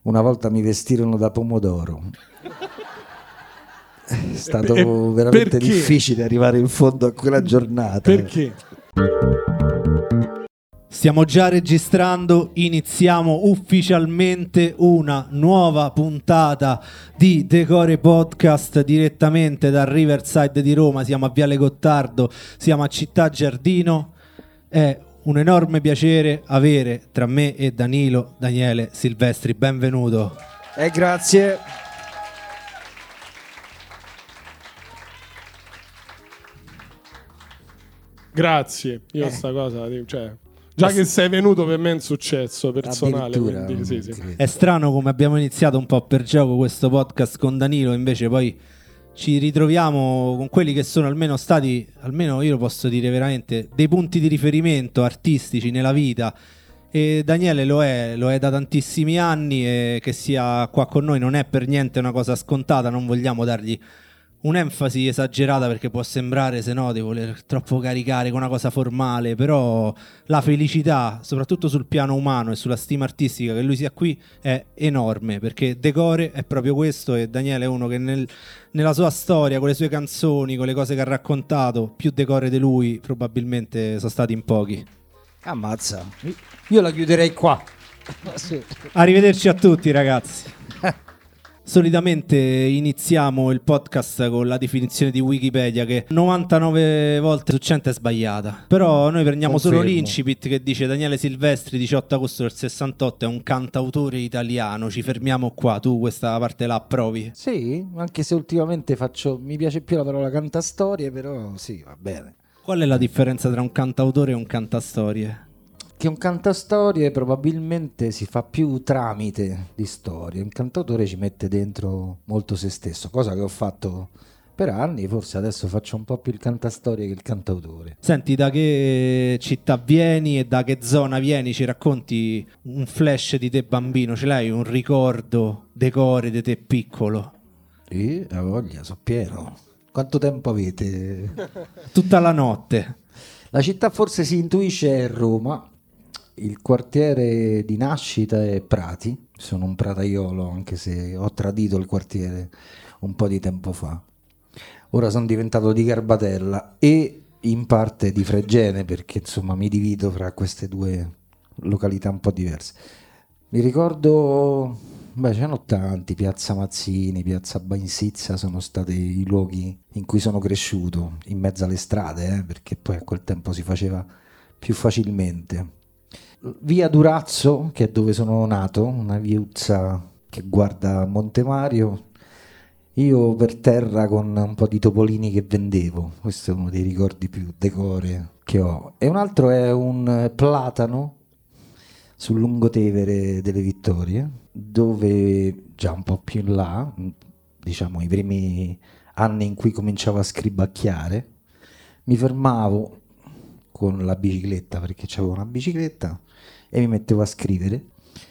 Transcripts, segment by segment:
Una volta mi vestirono da pomodoro. È stato veramente difficile arrivare in fondo a quella giornata. Perché? Stiamo già registrando, iniziamo ufficialmente una nuova puntata di Decore Podcast direttamente dal Riverside di Roma. Siamo a Viale Gottardo, siamo a Città Giardino. È un enorme piacere avere tra me e Danilo Daniele Silvestri. Benvenuto. Grazie. Grazie. Io sta cosa, cioè, già che sei venuto per me è un successo personale. Quindi, sì. È strano come abbiamo iniziato un po' per gioco questo podcast con Danilo, invece poi ci ritroviamo con quelli che sono almeno stati, almeno io lo posso dire veramente, dei punti di riferimento artistici nella vita. E Daniele lo è da tantissimi anni, e che sia qua con noi non è per niente una cosa scontata. Non vogliamo dargli un'enfasi esagerata perché può sembrare, se no, di voler troppo caricare con una cosa formale, però la felicità, soprattutto sul piano umano e sulla stima artistica, che lui sia qui è enorme, perché Decore è proprio questo, e Daniele è uno che nella sua storia, con le sue canzoni, con le cose che ha raccontato, più Decore di lui probabilmente sono stati in pochi. Ammazza, io la chiuderei qua. Arrivederci a tutti, ragazzi. Solitamente iniziamo il podcast con la definizione di Wikipedia, che 99 volte su 100 è sbagliata. Però noi prendiamo solo l'incipit, che dice: Daniele Silvestri, 18 agosto del 68, è un cantautore italiano. Ci fermiamo qua. Tu questa parte la approvi? Sì, anche se ultimamente mi piace più la parola cantastorie, però sì, va bene. Qual è la differenza tra un cantautore e un cantastorie? Che un cantastorie probabilmente si fa più tramite di storie, un cantautore ci mette dentro molto se stesso, cosa che ho fatto per anni, forse adesso faccio un po' più il cantastorie che il cantautore. Senti, da che città vieni e da che zona vieni? Ci racconti un flash di te bambino? Ce l'hai un ricordo, Decore di te piccolo? Sì, la voglia, so pieno. Quanto tempo avete? Tutta la notte. La città forse si intuisce è Roma. Il quartiere di nascita è Prati, sono un prataiolo anche se ho tradito il quartiere un po' di tempo fa. Ora sono diventato di Garbatella e in parte di Fregene, perché insomma mi divido fra queste due località un po' diverse. Mi ricordo, ce n'ho tanti, Piazza Mazzini, Piazza Bainsizza sono stati i luoghi in cui sono cresciuto, in mezzo alle strade, perché poi a quel tempo si faceva più facilmente. Via Durazzo, che è dove sono nato, una viuzza che guarda Monte Mario, io per terra con un po' di topolini che vendevo. Questo è uno dei ricordi più Decore che ho. E un altro è un platano sul lungotevere delle Vittorie, dove già un po' più in là, diciamo i primi anni in cui cominciavo a scribacchiare, mi fermavo con la bicicletta, perché c'avevo una bicicletta, e mi mettevo a scrivere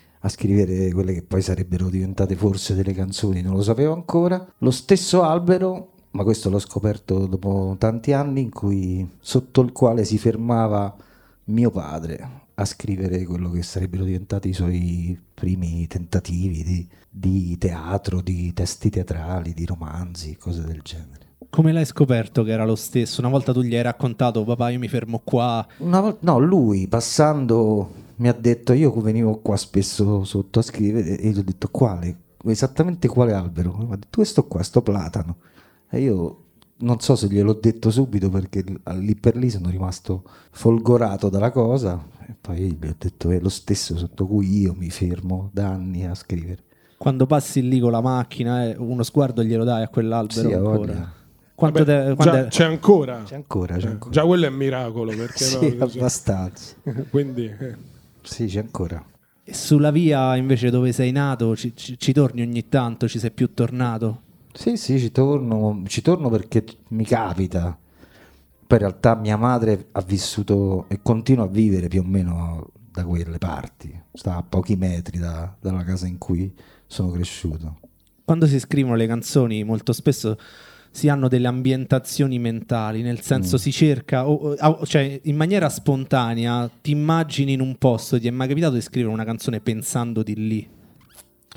quelle che poi sarebbero diventate forse delle canzoni, non lo sapevo ancora. Lo stesso albero, ma questo l'ho scoperto dopo tanti anni, in cui sotto il quale si fermava mio padre a scrivere quello che sarebbero diventati i suoi primi tentativi di teatro, di testi teatrali, di romanzi, cose del genere. Come l'hai scoperto che era lo stesso? Una volta tu gli hai raccontato: papà, io mi fermo qua. No, lui passando mi ha detto, io venivo qua spesso sotto a scrivere, e gli ho detto esattamente quale albero? Mi ha detto questo qua, sto platano. E io non so se gliel'ho detto subito, perché lì per lì sono rimasto folgorato dalla cosa, e poi gli ho detto è lo stesso sotto cui io mi fermo da anni a scrivere. Quando passi lì con la macchina, uno sguardo glielo dai a quell'albero? Sì, ancora? C'è ancora? C'è ancora. Già quello è un miracolo, perché sì, no, abbastanza. Quindi sì, c'è ancora. E sulla via invece dove sei nato ci torni ogni tanto? Ci sei più tornato? Sì, ci torno perché mi capita. Poi in realtà mia madre ha vissuto e continua a vivere più o meno da quelle parti, sta a pochi metri dalla casa in cui sono cresciuto. Quando si scrivono le canzoni molto spesso si hanno delle ambientazioni mentali, nel senso si cerca, cioè in maniera spontanea ti immagini in un posto. Ti è mai capitato di scrivere una canzone pensando di lì?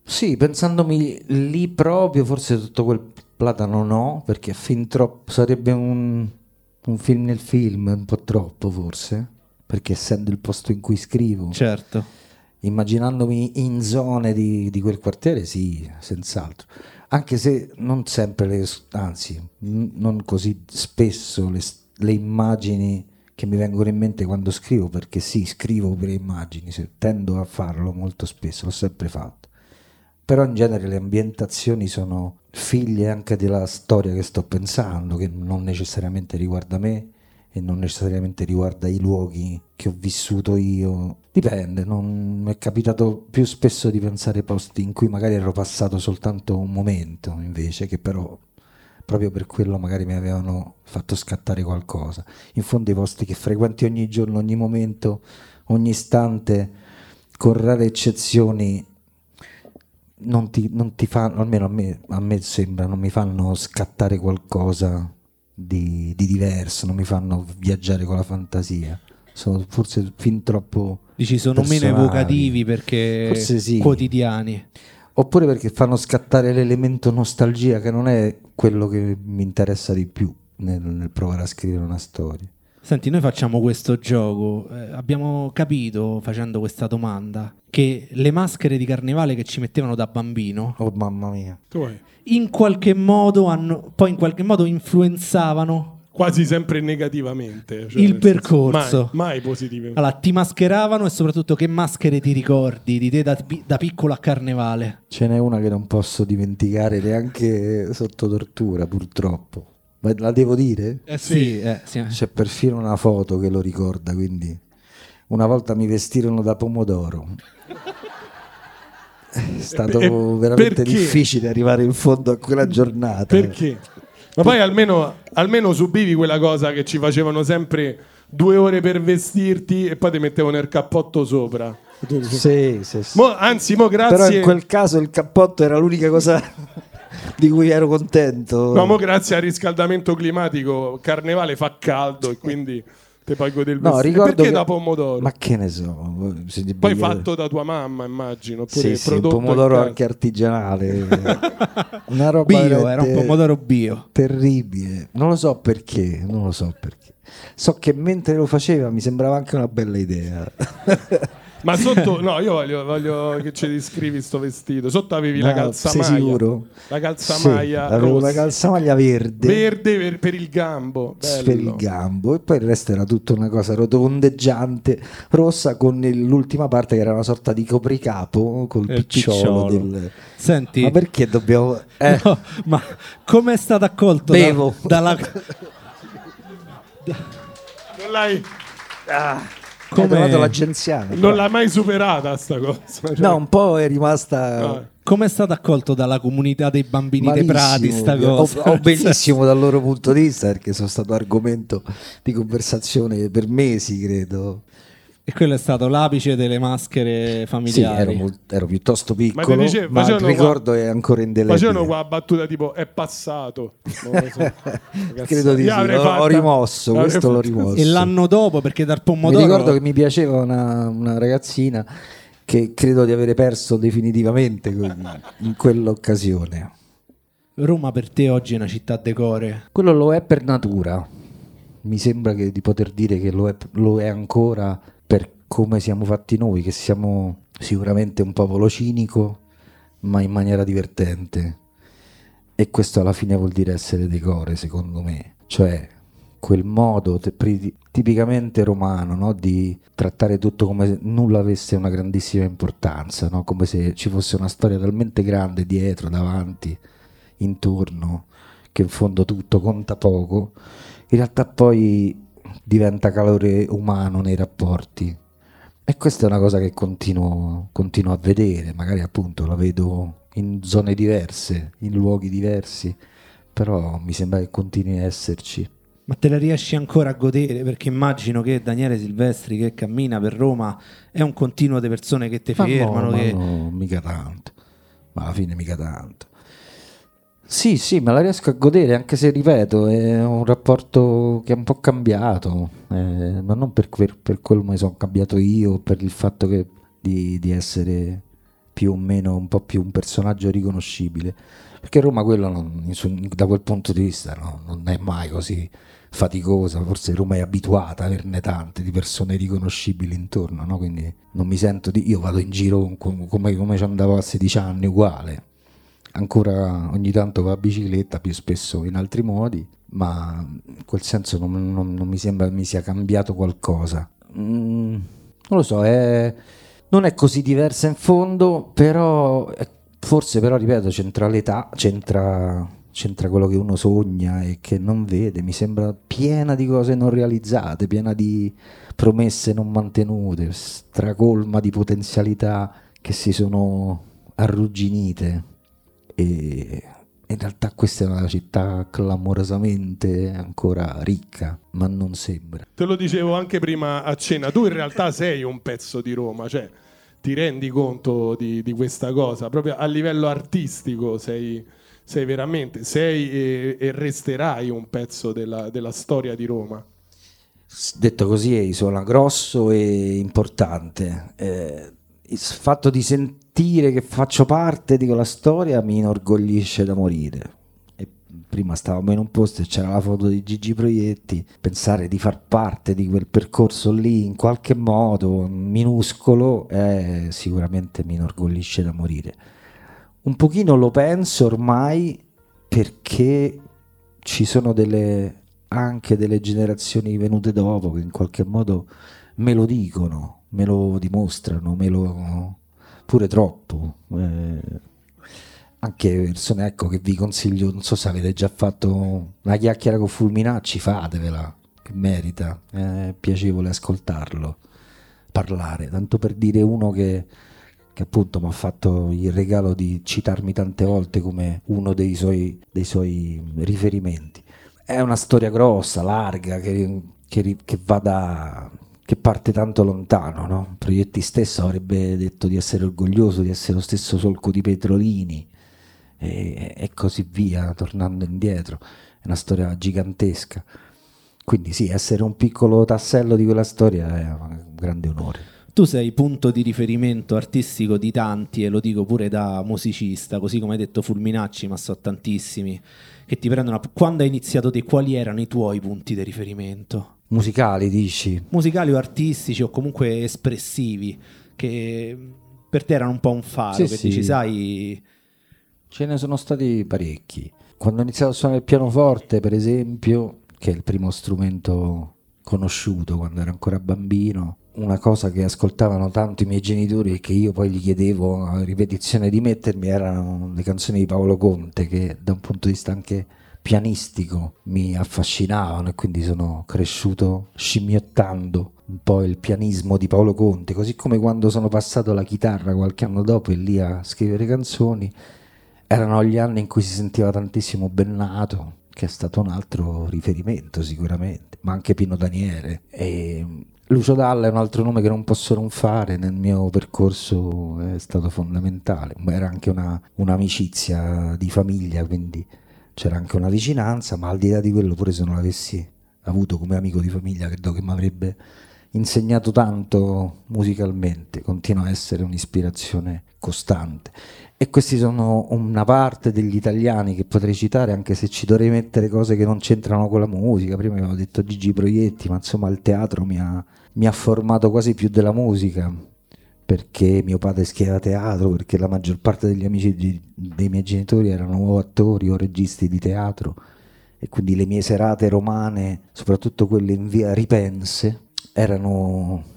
Sì, pensandomi lì proprio, forse tutto quel platano no, perché è fin troppo, sarebbe un film nel film, un po' troppo forse, perché essendo il posto in cui scrivo, Certo. immaginandomi in zone di quel quartiere, sì, senz'altro. Anche se non sempre, anzi, non così spesso le immagini che mi vengono in mente quando scrivo, perché sì, scrivo per immagini, tendo a farlo molto spesso, l'ho sempre fatto. Però in genere le ambientazioni sono figlie anche della storia che sto pensando, che non necessariamente riguarda me e non necessariamente riguarda i luoghi che ho vissuto io. Dipende, mi è capitato più spesso di pensare ai posti in cui magari ero passato soltanto un momento, invece, che però proprio per quello magari mi avevano fatto scattare qualcosa. In fondo i posti che frequenti ogni giorno, ogni momento, ogni istante, con rare eccezioni, non ti fanno, almeno a me sembra, non mi fanno scattare qualcosa di diverso, non mi fanno viaggiare con la fantasia. Sono forse fin troppo Dici sono meno personali. evocativi perché Forse sì. quotidiani. Oppure perché fanno scattare l'elemento nostalgia, che non è quello che mi interessa di più nel provare a scrivere una storia. Senti, noi facciamo questo gioco, abbiamo capito facendo questa domanda che le maschere di carnevale che ci mettevano da bambino Oh mamma mia. in qualche modo in qualche modo influenzavano Quasi sempre negativamente. Cioè, il percorso. Mai positivamente. Allora, ti mascheravano e soprattutto che maschere ti ricordi di te da piccolo a carnevale? Ce n'è una che non posso dimenticare neanche sotto tortura, purtroppo. Ma la devo dire? Sì. C'è perfino una foto che lo ricorda, quindi una volta mi vestirono da pomodoro. È stato veramente perché? difficile arrivare in fondo a quella giornata. Perché? Ma poi almeno subivi quella cosa che ci facevano sempre 2 ore per vestirti e poi ti mettevano il cappotto sopra. Sì. Anzi, grazie. Però in quel caso il cappotto era l'unica cosa di cui ero contento. No, grazie al riscaldamento climatico, carnevale fa caldo e quindi te poi godi il No, vestito. ricordo Perché che... da pomodoro? Ma che ne so. Poi fatto da tua mamma, immagino. Oppure Sì, un pomodoro anche artigianale. Una roba bio, era un pomodoro bio. Terribile. Non lo so perché. So che mentre lo faceva mi sembrava anche una bella idea. Ma sotto, no, io voglio che ci descrivi sto vestito. Sotto avevi la calzamaglia. Sei sicuro? La calzamaglia avevo rossa. la calzamaglia verde per il gambo. Bello. Per il gambo, e poi il resto era tutta una cosa rotondeggiante rossa con l'ultima parte che era una sorta di copricapo col picciolo del... Senti, ma perché dobbiamo no, ma come è stato accolto bevo dalla Non l'hai ho trovato l'agenziana, non l'ha mai superata sta cosa. Cioè... No, un po' è rimasta No. Come è stato accolto dalla comunità dei bambini dei Prati sta cosa? Ho benissimo dal loro punto di vista, perché sono stato argomento di conversazione per mesi, credo. E quello è stato l'apice delle maschere familiari. Sì, ero piuttosto piccolo, ma il ricordo è ancora indelebile. Facevano qua battuta tipo è passato. Non lo so. Credo di sì, ho rimosso, questo l'ho rimosso. E l'anno dopo, perché dal pomodoro... Mi ricordo che mi piaceva una ragazzina che credo di avere perso definitivamente in quell'occasione. Roma per te oggi è una città decore? Quello lo è per natura. Mi sembra di poter dire che lo è ancora per come siamo fatti noi, che siamo sicuramente un popolo cinico, ma in maniera divertente. E questo alla fine vuol dire essere decore, secondo me. Cioè, quel modo tipicamente romano, no? Di trattare tutto come se nulla avesse una grandissima importanza, no? Come se ci fosse una storia talmente grande dietro, davanti, intorno, che in fondo tutto conta poco. In realtà poi diventa calore umano nei rapporti, e questa è una cosa che continuo a vedere, magari appunto la vedo in zone diverse, in luoghi diversi, però mi sembra che continui a esserci. Ma te la riesci ancora a godere? Perché immagino che Daniele Silvestri, che cammina per Roma, è un continuo di persone che ti fermano. No, mica tanto, ma alla fine mica tanto. Sì, me la riesco a godere, anche se, ripeto, è un rapporto che è un po' cambiato, ma non per quello che sono cambiato io, per il fatto di essere più o meno un po' più un personaggio riconoscibile, perché Roma quello da quel punto di vista non è mai così faticosa, forse Roma è abituata a averne tante di persone riconoscibili intorno, no? Quindi non mi sento io vado in giro come ci andavo a 16 anni uguale, ancora ogni tanto va a bicicletta, più spesso in altri modi, ma in quel senso non mi sembra mi sia cambiato qualcosa. Non lo so, non è così diversa in fondo, però forse, però ripeto, c'entra l'età, c'entra quello che uno sogna e che non vede. Mi sembra piena di cose non realizzate, piena di promesse non mantenute, stracolma di potenzialità che si sono arrugginite, e in realtà questa è una città clamorosamente ancora ricca, ma non sembra. Te lo dicevo anche prima a cena, tu in realtà sei un pezzo di Roma, cioè ti rendi conto di questa cosa, proprio a livello artistico sei veramente, e resterai un pezzo della storia di Roma. Detto così suona grosso e importante. Il fatto di sentire che faccio parte di quella storia mi inorgoglisce da morire. E prima stavamo in un posto e c'era la foto di Gigi Proietti, pensare di far parte di quel percorso lì in qualche modo minuscolo sicuramente mi inorgoglisce da morire. Un pochino lo penso ormai, perché ci sono anche delle generazioni venute dopo che in qualche modo me lo dicono, me lo dimostrano, pure troppo. Anche persone, ecco, che vi consiglio, non so se avete già fatto una chiacchiera con Fulminacci, fatevela, che merita, è piacevole ascoltarlo, parlare, tanto per dire uno che appunto mi ha fatto il regalo di citarmi tante volte come uno dei suoi riferimenti. È una storia grossa, larga, che parte tanto lontano, no? Proietti stesso avrebbe detto di essere orgoglioso di essere lo stesso solco di Petrolini, e così via, tornando indietro. È una storia gigantesca. Quindi sì, essere un piccolo tassello di quella storia è un grande onore. Tu sei punto di riferimento artistico di tanti, e lo dico pure da musicista, così come hai detto Fulminacci, ma so tantissimi che ti prendono. Quando hai iniziato te, quali erano i tuoi punti di riferimento? Musicali, dici? Musicali o artistici, o comunque espressivi, che per te erano un po' un faro, che Sì. dici, sai... Ce ne sono stati parecchi. Quando ho iniziato a suonare il pianoforte, per esempio, che è il primo strumento conosciuto quando ero ancora bambino, una cosa che ascoltavano tanto i miei genitori e che io poi gli chiedevo a ripetizione di mettermi erano le canzoni di Paolo Conte, che da un punto di vista anche pianistico mi affascinavano, e quindi sono cresciuto scimmiottando un po' il pianismo di Paolo Conte, così come quando sono passato alla chitarra qualche anno dopo e lì a scrivere canzoni. Erano gli anni in cui si sentiva tantissimo Bennato, che è stato un altro riferimento sicuramente, ma anche Pino Daniele. E Lucio Dalla è un altro nome che non posso non fare, nel mio percorso è stato fondamentale. Era anche un'amicizia di famiglia, quindi c'era anche una vicinanza, ma al di là di quello, pure se non l'avessi avuto come amico di famiglia, credo che mi avrebbe insegnato tanto musicalmente, continua a essere un'ispirazione costante. E questi sono una parte degli italiani che potrei citare, anche se ci dovrei mettere cose che non c'entrano con la musica. Prima avevo detto Gigi Proietti, ma insomma il teatro mi ha formato quasi più della musica, perché mio padre scriveva teatro, perché la maggior parte degli amici dei miei genitori erano o attori o registi di teatro, e quindi le mie serate romane, soprattutto quelle in via Ripense, erano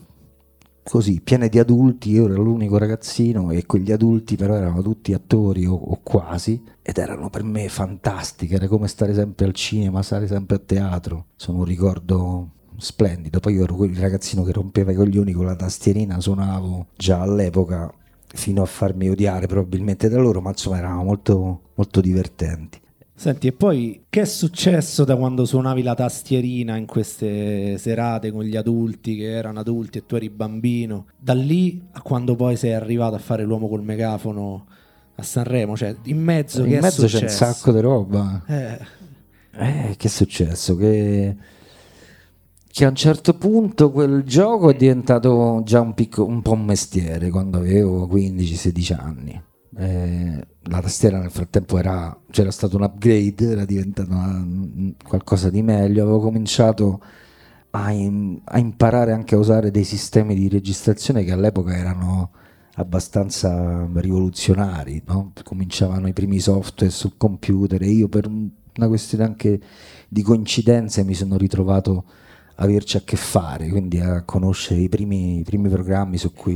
così, piene di adulti. Io ero l'unico ragazzino e quegli adulti però erano tutti attori o quasi, ed erano per me fantastiche, era come stare sempre al cinema, stare sempre a teatro. Sono un ricordo splendido. Poi io ero quel ragazzino che rompeva i coglioni con la tastierina, suonavo già all'epoca fino a farmi odiare probabilmente da loro, ma insomma eravamo molto, molto divertenti. Senti, e poi che è successo da quando suonavi la tastierina in queste serate con gli adulti che erano adulti e tu eri bambino, da lì a quando poi sei arrivato a fare l'uomo col megafono a Sanremo, cioè in mezzo che in è mezzo successo? c'è un sacco di roba. Che è successo? Che che a un certo punto quel gioco è diventato già un po' un mestiere quando avevo 15-16 anni. La tastiera nel frattempo c'era stato un upgrade, era diventata qualcosa di meglio. Avevo cominciato a imparare anche a usare dei sistemi di registrazione che all'epoca erano abbastanza rivoluzionari, no? Cominciavano i primi software sul computer e io per una questione anche di coincidenze mi sono ritrovato a averci a che fare, quindi a conoscere i primi programmi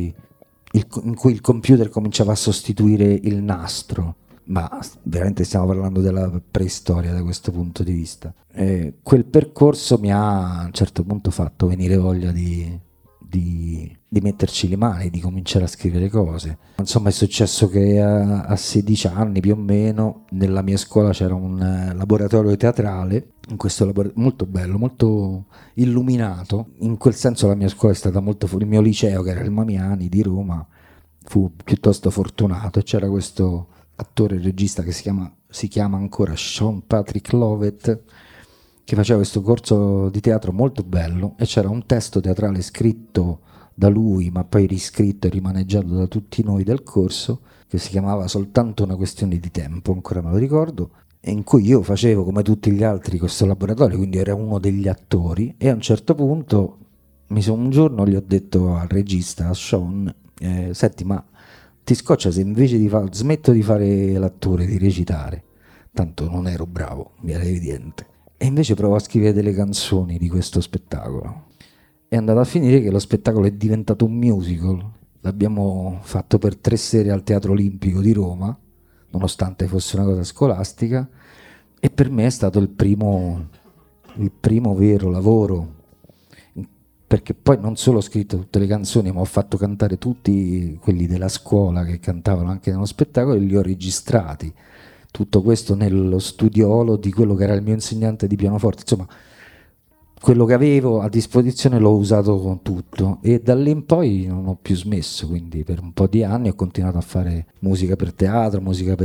in cui il computer cominciava a sostituire il nastro, ma veramente stiamo parlando della preistoria da questo punto di vista. Quel percorso mi ha a un certo punto fatto venire voglia di metterci le mani, di cominciare a scrivere cose. Insomma, è successo che a 16 anni più o meno nella mia scuola c'era un laboratorio teatrale, in questo molto bello, molto illuminato. In quel senso la mia scuola è stata molto il mio liceo, che era il Mamiani di Roma, fu piuttosto fortunato, e c'era questo attore e regista che si chiama ancora Sean Patrick Lovett, che faceva questo corso di teatro molto bello, e c'era un testo teatrale scritto da lui ma poi riscritto e rimaneggiato da tutti noi del corso, che si chiamava Soltanto una questione di tempo, ancora me lo ricordo, e in cui io facevo come tutti gli altri questo laboratorio, quindi ero uno degli attori. E a un certo punto un giorno gli ho detto al regista, a Sean, senti, ma ti scoccia se invece smetto di fare l'attore, di recitare? Tanto non ero bravo, mi era evidente. E invece provo a scrivere delle canzoni di questo spettacolo. È andato a finire che lo spettacolo è diventato un musical. L'abbiamo fatto per 3 sere al Teatro Olimpico di Roma, nonostante fosse una cosa scolastica, e per me è stato il primo vero lavoro, perché poi non solo ho scritto tutte le canzoni, ma ho fatto cantare tutti quelli della scuola che cantavano anche nello spettacolo, e li ho registrati. Tutto questo nello studiolo di quello che era il mio insegnante di pianoforte. Insomma, quello che avevo a disposizione l'ho usato con tutto, e da lì in poi non ho più smesso. Quindi per un po' di anni ho continuato a fare musica per teatro,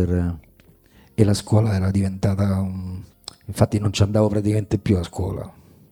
e la scuola era diventata infatti non ci andavo praticamente più a scuola,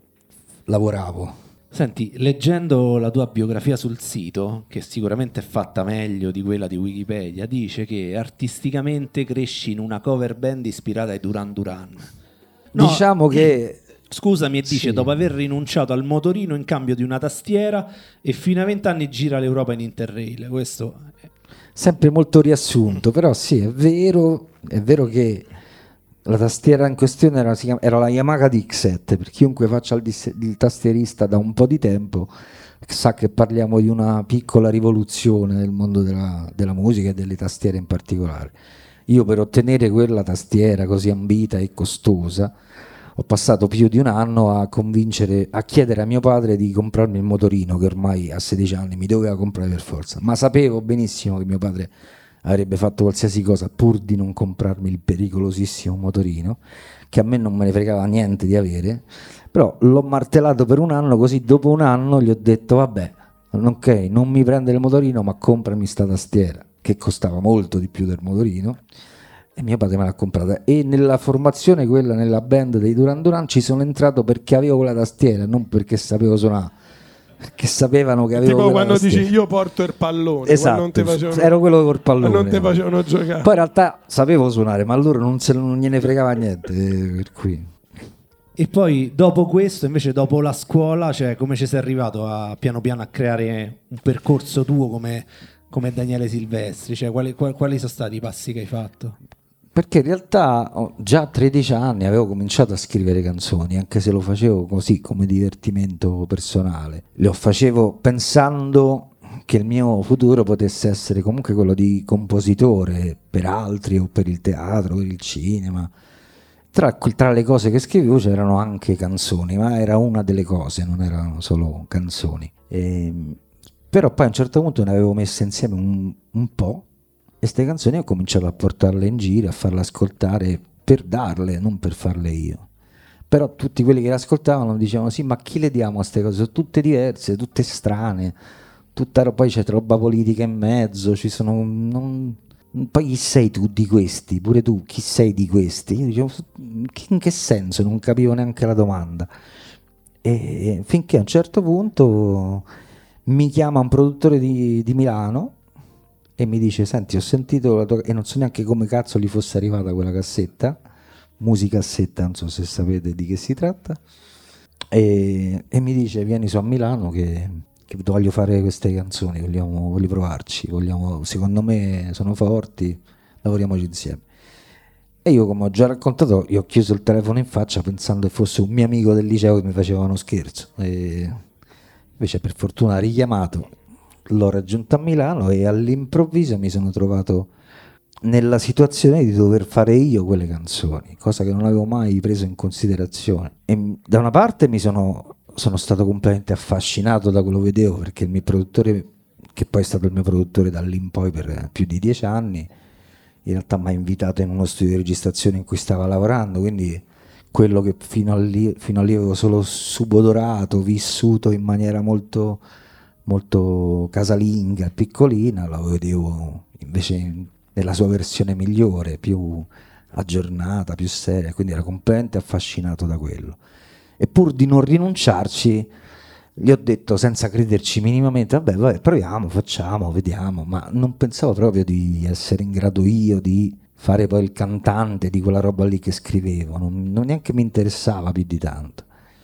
lavoravo. Senti, leggendo la tua biografia sul sito, che sicuramente è fatta meglio di quella di Wikipedia, dice che artisticamente cresci in una cover band ispirata ai Duran Duran. No, diciamo che... Scusami, e dice, sì, dopo aver rinunciato al motorino in cambio di una tastiera, e fino ai 20 anni gira l'Europa in Interrail. Questo sempre molto riassunto, però sì, è vero che la tastiera in questione era la Yamaha DX7. Per chiunque faccia il tastierista da un po' di tempo sa che parliamo di una piccola rivoluzione nel mondo della musica e delle tastiere in particolare. Io, per ottenere quella tastiera così ambita e costosa, ho passato più di un anno a chiedere a mio padre di comprarmi il motorino, che ormai a 16 anni mi doveva comprare per forza, ma sapevo benissimo che mio padre avrebbe fatto qualsiasi cosa pur di non comprarmi il pericolosissimo motorino, che a me non me ne fregava niente di avere. Però l'ho martellato per un anno, così dopo un anno gli ho detto vabbè, ok, non mi prende il motorino, ma comprami sta tastiera, che costava molto di più del motorino, e mio padre me l'ha comprata. E nella formazione, quella nella band dei Duran Duran, ci sono entrato perché avevo quella tastiera, non perché sapevo suonare, perché sapevano che avevo tipo quando tastiera. dici io porto il pallone, Esatto, non te facevano, ero quello col pallone, non te facevano giocare. Poi in realtà sapevo suonare, ma a loro non gliene fregava niente, per cui. E poi dopo questo, invece, dopo la scuola, cioè come ci sei arrivato piano piano a creare un percorso tuo come Daniele Silvestri? Cioè quali sono stati i passi che hai fatto? Perché in realtà già a 13 anni avevo cominciato a scrivere canzoni, anche se lo facevo così come divertimento personale. Lo facevo pensando che il mio futuro potesse essere comunque quello di compositore per altri, o per il teatro, per il cinema. Tra le cose che scrivevo c'erano anche canzoni, ma era una delle cose, non erano solo canzoni. Però poi a un certo punto ne avevo messe insieme un po', e queste canzoni ho cominciato a portarle in giro, a farle ascoltare per darle, non per farle io. Però tutti quelli che le ascoltavano dicevano sì, ma chi le diamo a queste cose? Sono tutte diverse, tutte strane, poi c'è roba politica in mezzo, ci sono... Poi chi sei tu di questi? Pure tu, chi sei di questi? Io dicevo, in che senso? Non capivo neanche la domanda. E finché a un certo punto mi chiama un produttore di Milano e mi dice: senti, ho sentito la tua... e non so neanche come cazzo gli fosse arrivata quella cassetta, musicassetta, non so se sapete di che si tratta, e mi dice: vieni su a Milano che voglio fare queste canzoni, voglio provarci, secondo me sono forti, lavoriamoci insieme. E io, come ho già raccontato, gli ho chiuso il telefono in faccia pensando che fosse un mio amico del liceo che mi faceva uno scherzo. E invece per fortuna ha richiamato, l'ho raggiunto a Milano e all'improvviso mi sono trovato nella situazione di dover fare io quelle canzoni, cosa che non avevo mai preso in considerazione. E da una parte sono stato completamente affascinato da quello che vedevo, perché il mio produttore, che poi è stato il mio produttore da lì in poi per più di 10 anni, in realtà mi ha invitato in uno studio di registrazione in cui stava lavorando, quindi quello che fino a lì avevo solo subodorato, vissuto in maniera molto, molto casalinga, piccolina, lo vedevo invece nella sua versione migliore, più aggiornata, più seria, quindi ero completamente affascinato da quello. E pur di non rinunciarci, gli ho detto senza crederci minimamente: vabbè, proviamo, facciamo, vediamo, ma non pensavo proprio di essere in grado io di fare poi il cantante di quella roba lì che scrivevo, non neanche mi interessava più di tanto.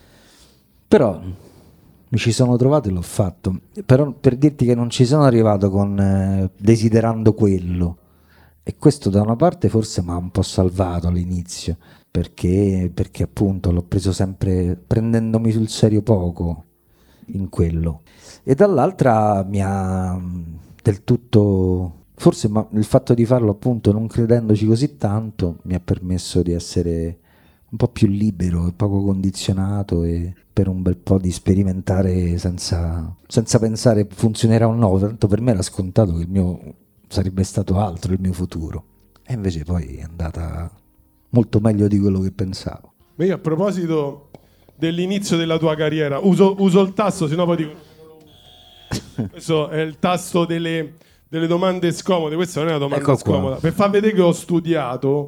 Però mi ci sono trovato e l'ho fatto. Però per dirti che non ci sono arrivato con desiderando quello, e questo da una parte forse mi ha un po' salvato all'inizio, perché appunto l'ho preso sempre prendendomi sul serio poco in quello, e dall'altra mi ha del tutto, forse il fatto di farlo appunto non credendoci così tanto mi ha permesso di essere un po' più libero e poco condizionato, e per un bel po' di sperimentare senza pensare funzionerà o no. Tanto per me era scontato che il mio sarebbe stato altro, il mio futuro, e invece poi è andata molto meglio di quello che pensavo. Ma io, a proposito dell'inizio della tua carriera, uso il tasto, sennò poi dico... Questo è il tasto delle domande scomode. Questa non è una domanda scomoda. Per far vedere che ho studiato.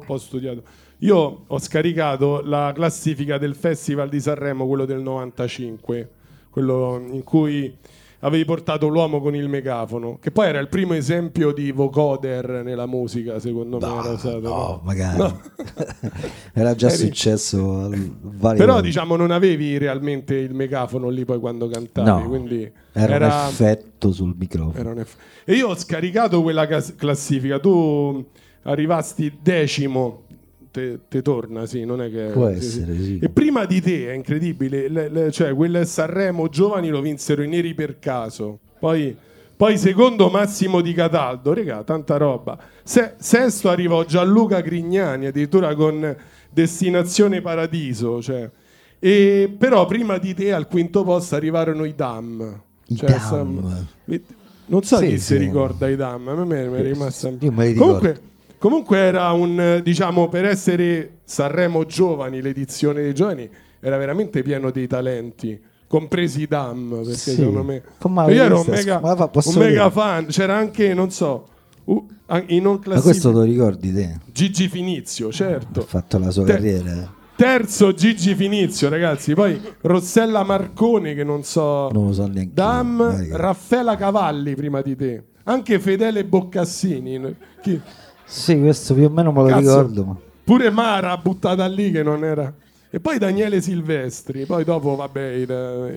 Io ho scaricato la classifica del Festival di Sanremo, quello del 95, quello in cui avevi portato l'uomo con il megafono, che poi era il primo esempio di vocoder nella musica, secondo me era stato. No, magari. No. Era già successo però volte. diciamo non avevi realmente il megafono lì poi quando cantavi, no, quindi era un effetto sul microfono. E io ho scaricato quella classifica, tu arrivasti 10º. Te torna, sì, non è che può essere, sì. E prima di te è incredibile, cioè quel Sanremo giovani lo vinsero i Neri per caso, poi secondo Massimo Di Cataldo, regà, tanta roba. Sesto arrivò Gianluca Grignani, addirittura con Destinazione Paradiso, cioè. E però prima di te al quinto posto arrivarono i Dam. Dam. Non so chi si ricorda i Dam, a me è rimasta. Io me li ricordo. Comunque era un, diciamo, per essere Sanremo Giovani, l'edizione dei giovani, era veramente pieno dei talenti, compresi i Dam, perché secondo me... Io ero un mega fan, c'era anche, non so, in non classifica... Ma questo lo ricordi te? Gigi Finizio, certo. Ha fatto la sua carriera. Terzo Gigi Finizio, ragazzi, poi Rossella Marconi, che non so lo so neanche Dam, Raffaela Cavalli prima di te, anche Fedele Boccassini. Chi? Sì, questo più o meno me lo ricordo. Ma... pure Mara buttata lì che non era. E poi Daniele Silvestri, poi dopo vabbè.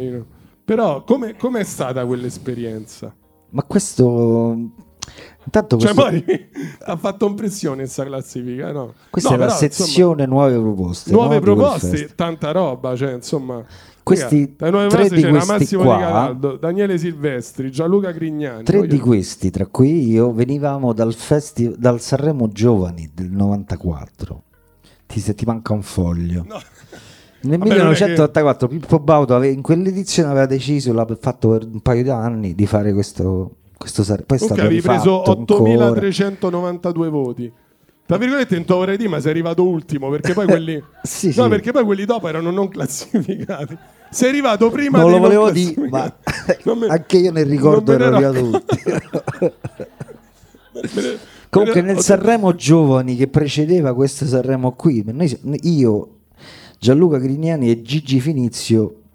Però com'è stata quell'esperienza? Ma questo... Intanto questo... Cioè poi ha fatto impressione questa classifica, no? Questa è la sezione, insomma, nuove proposte. Nuove proposte, tanta roba, cioè insomma... Questi tre di c'era questi Massimo qua, Di Cataldo, Daniele Silvestri, Gianluca Grignani. Tre di questi, tra cui io, venivamo dal Sanremo Giovani del 94. Ti manca un foglio. No. Nel 1984 Pippo Baudo in quell'edizione aveva deciso, l'ha fatto per un paio di anni, di fare questo Sanremo. Poi è stato avevi preso 8.392 ancora. Voti. Tra virgolette non te lo vorrei dire, ma sei arrivato ultimo, perché poi quelli sì. Perché poi quelli dopo erano non classificati. Sei arrivato prima. Non lo volevo dire, ma anche io nel ricordo ero arrivato ultimo. Comunque nel Sanremo Giovani che precedeva questo Sanremo qui, io, Gianluca Grignani e Gigi Finizio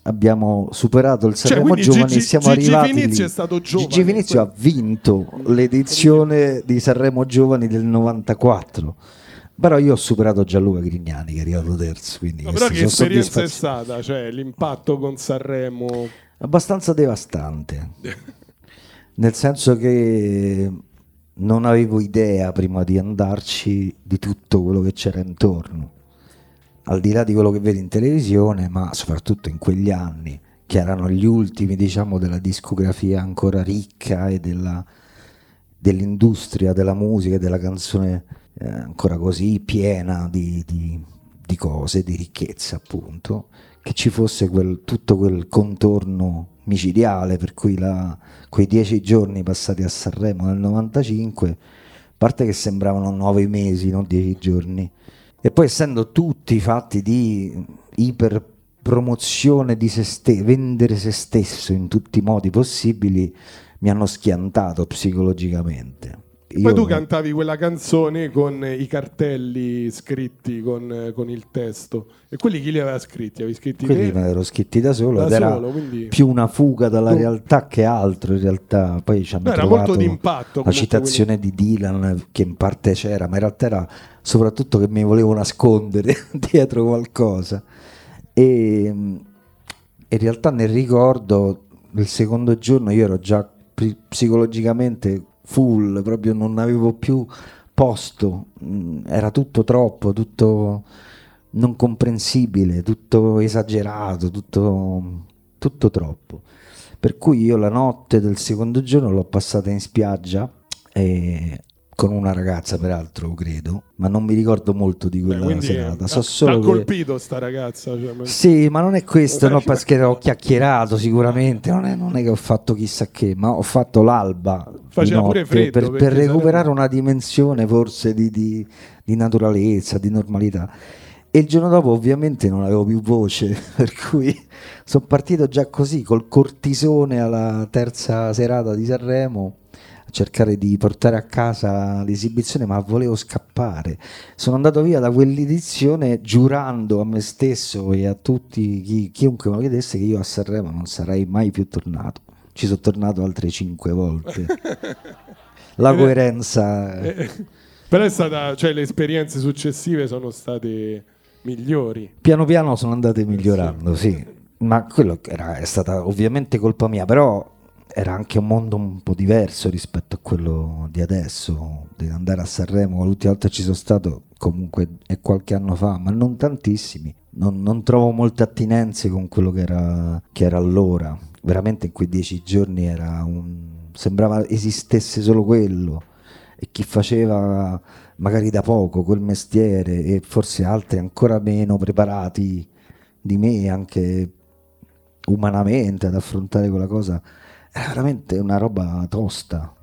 abbiamo superato il Sanremo quindi Giovani e siamo Gigi arrivati Finizio lì. è stato giovane. Gigi Finizio ha vinto l'edizione di Sanremo Giovani del 94. Però io ho superato Gianluca Grignani che è arrivato terzo, quindi No, però che sono esperienza è soddisfatto. stata? Cioè, l'impatto con Sanremo... Abbastanza devastante, nel senso che non avevo idea prima di andarci di tutto quello che c'era intorno, al di là di quello che vedi in televisione, ma soprattutto in quegli anni che erano gli ultimi, diciamo, della discografia ancora ricca e dell'industria della musica e della canzone ancora così piena di cose, di ricchezza, appunto, che ci fosse tutto quel contorno micidiale, per cui quei 10 giorni passati a Sanremo nel 95, a parte che sembravano 9 mesi, non 10 giorni, e poi essendo tutti fatti di iperpromozione di vendere se stesso in tutti i modi possibili, mi hanno schiantato psicologicamente. Poi tu cantavi quella canzone con i cartelli scritti con il testo. E quelli chi li aveva scritti? Avevi scritti Quelli te? me li ero scritti da solo, Da ed era solo, quindi... più una fuga dalla No. realtà che altro, in realtà. Poi ci hanno No, era trovato molto d'impatto, la comunque, citazione di Dylan, che in parte c'era, ma in realtà era soprattutto che mi volevo nascondere dietro qualcosa. E in realtà nel ricordo del secondo giorno io ero già psicologicamente full, proprio non avevo più posto, era tutto troppo, tutto non comprensibile, tutto esagerato, tutto troppo. Per cui io la notte del secondo giorno l'ho passata in spiaggia con una ragazza, peraltro, credo, ma non mi ricordo molto di quella quindi serata. So t'ha solo che... colpito sta ragazza. Cioè, Sì, ma non è questo, no, perché ho chiacchierato sicuramente, non è che ho fatto chissà che, ma ho fatto l'alba di Faceva pure notte freddo, per perché recuperare sarebbe... una dimensione forse di naturalezza, di normalità. E il giorno dopo ovviamente non avevo più voce, per cui sono partito già così, col cortisone alla terza serata di Sanremo, a cercare di portare a casa l'esibizione, ma volevo scappare. Sono andato via da quell'edizione giurando a me stesso e a tutti, chiunque me lo chiedesse, che io a Sanremo non sarei mai più tornato. Ci sono tornato altre 5 volte. La coerenza... Però è stata, cioè, le esperienze successive sono state migliori. Piano piano sono andate migliorando, sì. Ma quello è stata ovviamente colpa mia, però era anche un mondo un po' diverso rispetto a quello di adesso. Di andare a Sanremo, l'ultima volta ci sono stato comunque è qualche anno fa, ma non tantissimi. Non trovo molte attinenze con quello che era allora. Veramente in quei 10 giorni sembrava esistesse solo quello, e chi faceva magari da poco quel mestiere e forse altri ancora meno preparati di me anche umanamente ad affrontare quella cosa, era veramente una roba tosta.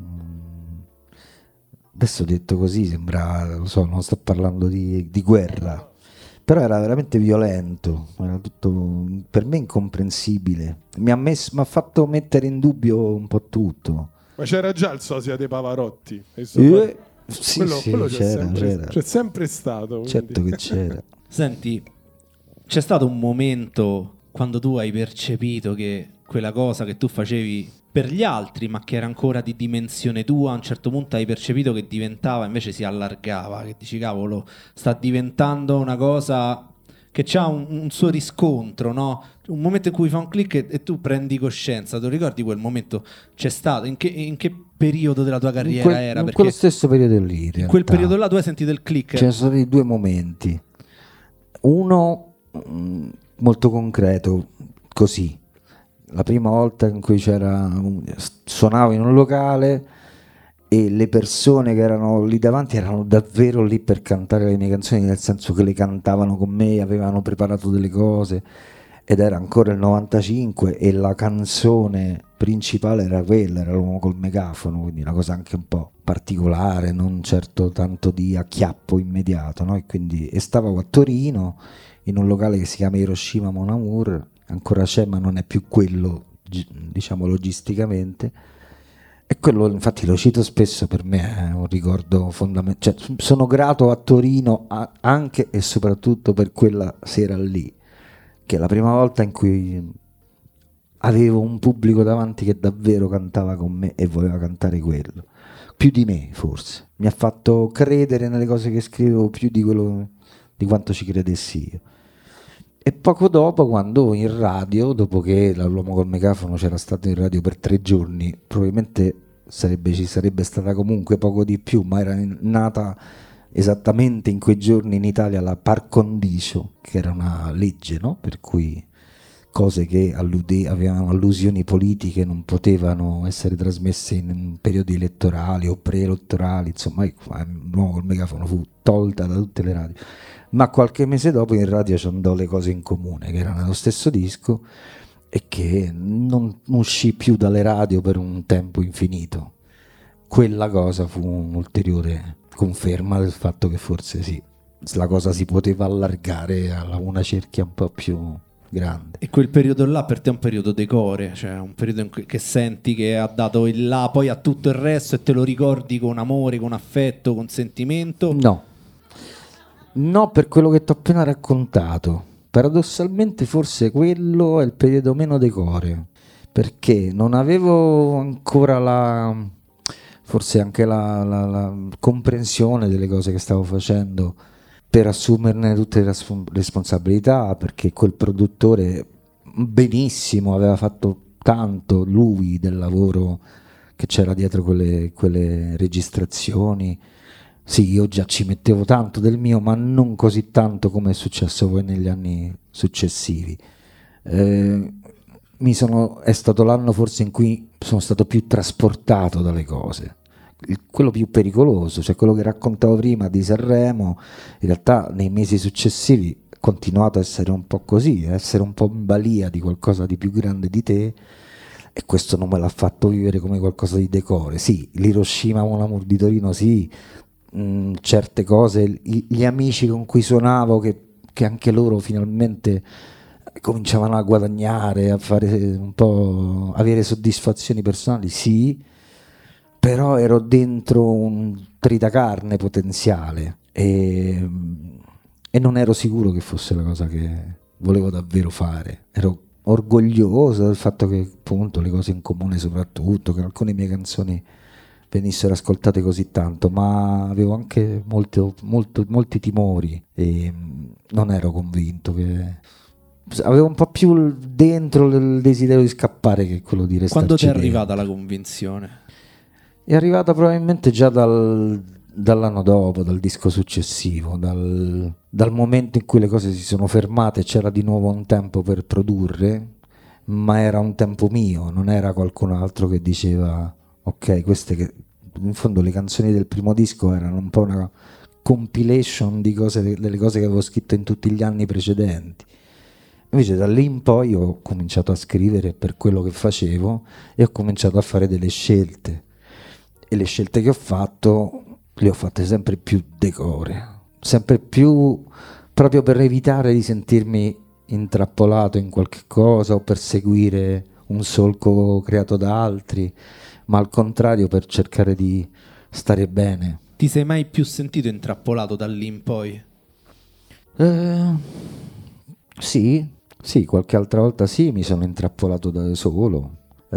Adesso detto così sembra, lo so, non sto parlando di guerra, però era veramente violento, era tutto per me incomprensibile, mi ha fatto mettere in dubbio un po' tutto. Ma c'era già il sosia dei Pavarotti. Sì, Quello c'era. c'è sempre stato. Quindi. Certo che c'era. Senti, c'è stato un momento quando tu hai percepito che quella cosa che tu facevi per gli altri, ma che era ancora di dimensione tua, a un certo punto hai percepito che diventava, invece si allargava, che dici cavolo, sta diventando una cosa che ha un suo riscontro, no? Un momento in cui fa un click e tu prendi coscienza. Tu ricordi quel momento? C'è stato? In che periodo della tua carriera era? In Perché quello stesso periodo lì, in in quel realtà. periodo là tu hai sentito il click. Ci sono stati 2 momenti. Uno molto concreto, così. La prima volta in cui suonavo in un locale e le persone che erano lì davanti erano davvero lì per cantare le mie canzoni, nel senso che le cantavano con me, avevano preparato delle cose, ed era ancora il 95 e la canzone principale era quella, era l'uomo col megafono, quindi una cosa anche un po' particolare, non certo tanto di acchiappo immediato, no? E stavo a Torino in un locale che si chiama Hiroshima Mon Amour, ancora c'è ma non è più quello, diciamo, logisticamente, e quello infatti lo cito spesso, per me è un ricordo fondamentale, cioè, sono grato a Torino anche e soprattutto per quella sera lì, che è la prima volta in cui avevo un pubblico davanti che davvero cantava con me e voleva cantare quello, più di me forse, mi ha fatto credere nelle cose che scrivevo più di quanto ci credessi io. E poco dopo, quando in radio, dopo che l'uomo col megafono c'era stato in radio per 3 giorni, probabilmente ci sarebbe stata comunque poco di più, ma era nata esattamente in quei giorni in Italia la par condicio, che era una legge, no? Per cui cose che avevano allusioni politiche non potevano essere trasmesse in periodi elettorali o preelettorali, insomma, l'uomo col megafono fu tolta da tutte le radio. Ma qualche mese dopo in radio ci andò Le cose in comune, che era nello stesso disco e che non uscì più dalle radio per un tempo infinito. Quella cosa fu un'ulteriore conferma del fatto che forse sì, la cosa si poteva allargare a una cerchia un po' più grande. E quel periodo là per te è un periodo decore, cioè un periodo in cui che senti che ha dato il là poi a tutto il resto e te lo ricordi con amore, con affetto, con sentimento? No, per quello che ti ho appena raccontato. Paradossalmente forse quello è il periodo meno decore, perché non avevo ancora forse anche la comprensione delle cose che stavo facendo per assumerne tutte le responsabilità, perché quel produttore benissimo aveva fatto tanto lui del lavoro che c'era dietro quelle registrazioni. Sì, io già ci mettevo tanto del mio, ma non così tanto come è successo poi negli anni successivi. È stato l'anno forse in cui sono stato più trasportato dalle cose, quello più pericoloso, cioè quello che raccontavo prima di Sanremo. In realtà nei mesi successivi ho continuato a essere un po' così, a essere un po' in balia di qualcosa di più grande di te, e questo non me l'ha fatto vivere come qualcosa di decore. Sì, l'Hiroshima Mon Amour di Torino, sì, certe cose, gli amici con cui suonavo che anche loro finalmente cominciavano a guadagnare, a fare un po', avere soddisfazioni personali, sì, però ero dentro un tritacarne potenziale e non ero sicuro che fosse la cosa che volevo davvero fare. Ero orgoglioso del fatto che appunto Le cose in comune, soprattutto che alcune mie canzoni venissero ascoltate così tanto, ma avevo anche molti timori e non ero convinto avevo un po' più dentro il desiderio di scappare che quello di restarci. Quando ti è dentro. arrivata la convinzione? È arrivata probabilmente già dall'anno dopo, dal disco successivo, dal momento in cui le cose si sono fermate, c'era di nuovo un tempo per produrre, ma era un tempo mio, non era qualcun altro che diceva ok, queste che in fondo le canzoni del primo disco erano un po' una compilation delle cose che avevo scritto in tutti gli anni precedenti. Invece da lì in poi ho cominciato a scrivere per quello che facevo e ho cominciato a fare delle scelte, e le scelte che ho fatto le ho fatte sempre più decore, sempre più proprio per evitare di sentirmi intrappolato in qualche cosa o per seguire un solco creato da altri, ma al contrario per cercare di stare bene. Ti sei mai più sentito intrappolato da lì in poi? Sì, qualche altra volta sì, mi sono intrappolato da solo.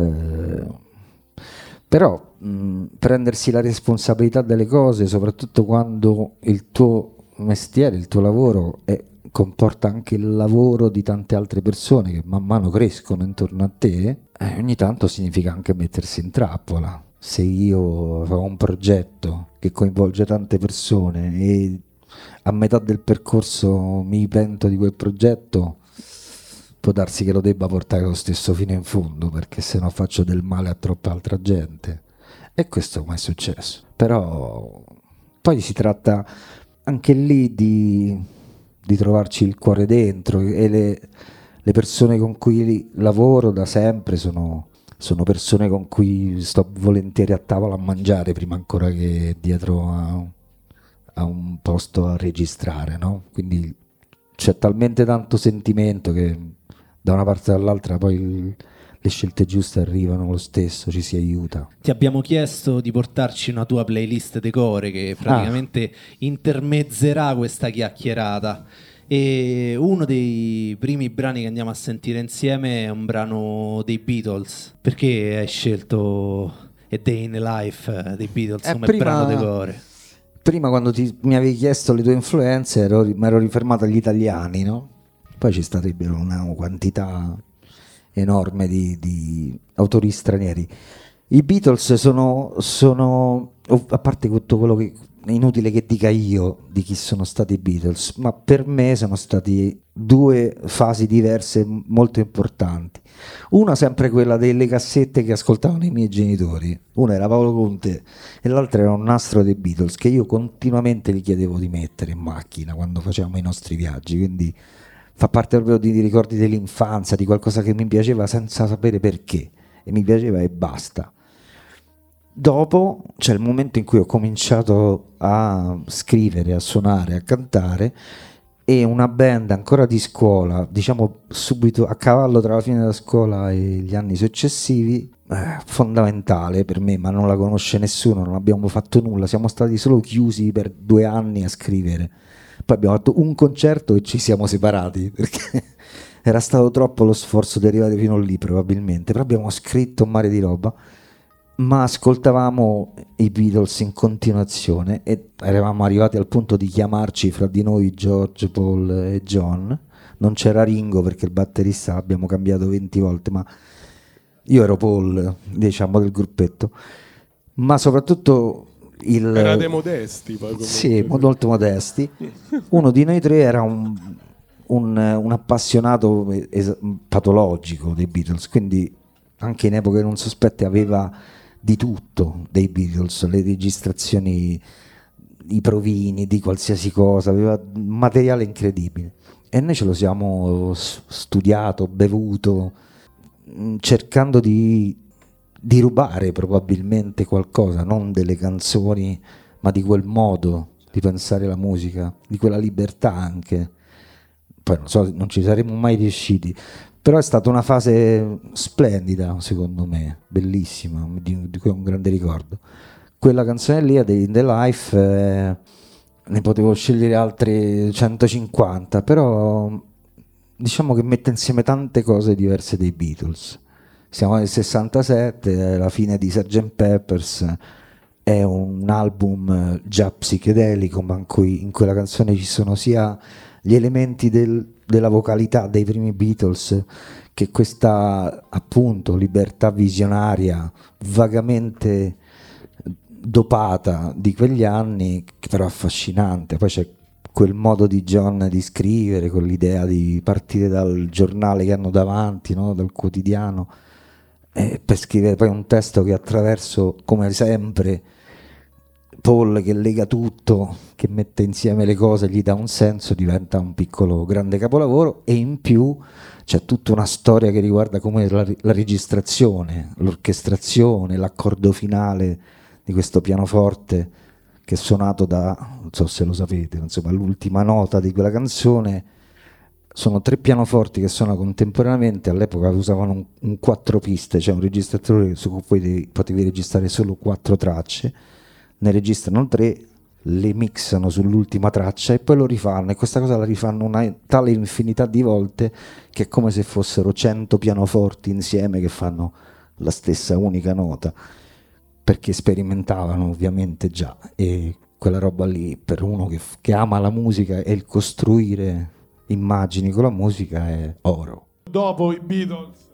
Però prendersi la responsabilità delle cose, soprattutto quando il tuo mestiere, il tuo lavoro comporta anche il lavoro di tante altre persone che man mano crescono intorno a te, ogni tanto significa anche mettersi in trappola. Se io ho un progetto che coinvolge tante persone e a metà del percorso mi pento di quel progetto, può darsi che lo debba portare lo stesso fino in fondo, perché se no faccio del male a troppa altra gente. E questo mai è successo. Però poi si tratta anche lì di trovarci il cuore dentro, e le persone con cui lavoro da sempre sono persone con cui sto volentieri a tavola a mangiare prima ancora che dietro a un posto a registrare, no? Quindi c'è talmente tanto sentimento che da una parte e dall'altra poi le scelte giuste arrivano lo stesso, ci si aiuta. Ti abbiamo chiesto di portarci una tua playlist decore che praticamente intermezzerà questa chiacchierata, E uno dei primi brani che andiamo a sentire insieme è un brano dei Beatles. Perché hai scelto A Day in the Life dei Beatles come brano decore? Prima quando mi avevi chiesto le tue influenze mi ero rifermato agli italiani, no? Poi ci starebbero una quantità enorme di autori stranieri. I Beatles sono a parte tutto quello che è inutile che dica io di chi sono stati i Beatles, ma per me sono stati due fasi diverse molto importanti. Una sempre quella delle cassette che ascoltavano i miei genitori, una era Paolo Conte e l'altra era un nastro dei Beatles che io continuamente gli chiedevo di mettere in macchina quando facevamo i nostri viaggi, quindi fa parte proprio di ricordi dell'infanzia, di qualcosa che mi piaceva senza sapere perché, e mi piaceva e basta. Dopo c'è il momento in cui ho cominciato a scrivere, a suonare, a cantare, e una band ancora di scuola, diciamo subito a cavallo tra la fine della scuola e gli anni successivi, fondamentale per me, ma non la conosce nessuno, non abbiamo fatto nulla, siamo stati solo chiusi per 2 anni a scrivere. Poi abbiamo fatto un concerto e ci siamo separati perché era stato troppo lo sforzo di arrivare fino lì probabilmente, però abbiamo scritto un mare di roba, ma ascoltavamo i Beatles in continuazione e eravamo arrivati al punto di chiamarci fra di noi George, Paul e John. Non c'era Ringo perché il batterista l'abbiamo cambiato 20 volte, ma io ero Paul, diciamo, del gruppetto. Ma soprattutto erate modesti poi comunque. Sì, molto modesti. Uno di noi tre era un appassionato patologico dei Beatles, quindi anche in epoche non sospette aveva di tutto dei Beatles, le registrazioni, i provini di qualsiasi cosa, aveva un materiale incredibile e noi ce lo siamo studiato, bevuto, cercando di rubare probabilmente qualcosa, non delle canzoni, ma di quel modo di pensare la musica, di quella libertà anche. Poi non so, non ci saremmo mai riusciti, però è stata una fase splendida secondo me, bellissima, di cui ho un grande ricordo. Quella canzone lì, A Day in the Life, ne potevo scegliere altre 150, però diciamo che mette insieme tante cose diverse dei Beatles. Siamo nel 67, la fine di Sgt. Pepper's, è un album già psichedelico, ma in quella canzone ci sono sia gli elementi della vocalità dei primi Beatles che questa appunto libertà visionaria vagamente dopata di quegli anni, che però affascinante. Poi c'è quel modo di John di scrivere, quell'idea di partire dal giornale che hanno davanti, no? Dal quotidiano, per scrivere poi un testo che attraverso, come sempre, Paul che lega tutto, che mette insieme le cose, gli dà un senso, diventa un piccolo grande capolavoro. E in più c'è tutta una storia che riguarda come la registrazione, l'orchestrazione, l'accordo finale di questo pianoforte che è suonato non so se lo sapete, insomma l'ultima nota di quella canzone. Sono 3 pianoforti che suonano contemporaneamente, all'epoca usavano un 4 piste, cioè un registratore su cui potevi registrare solo 4 tracce, ne registrano 3, le mixano sull'ultima traccia e poi lo rifanno, e questa cosa la rifanno una tale infinità di volte che è come se fossero 100 pianoforti insieme che fanno la stessa unica nota, perché sperimentavano ovviamente già, e quella roba lì per uno che ama la musica e il costruire immagini con la musica è oro. Dopo i Beatles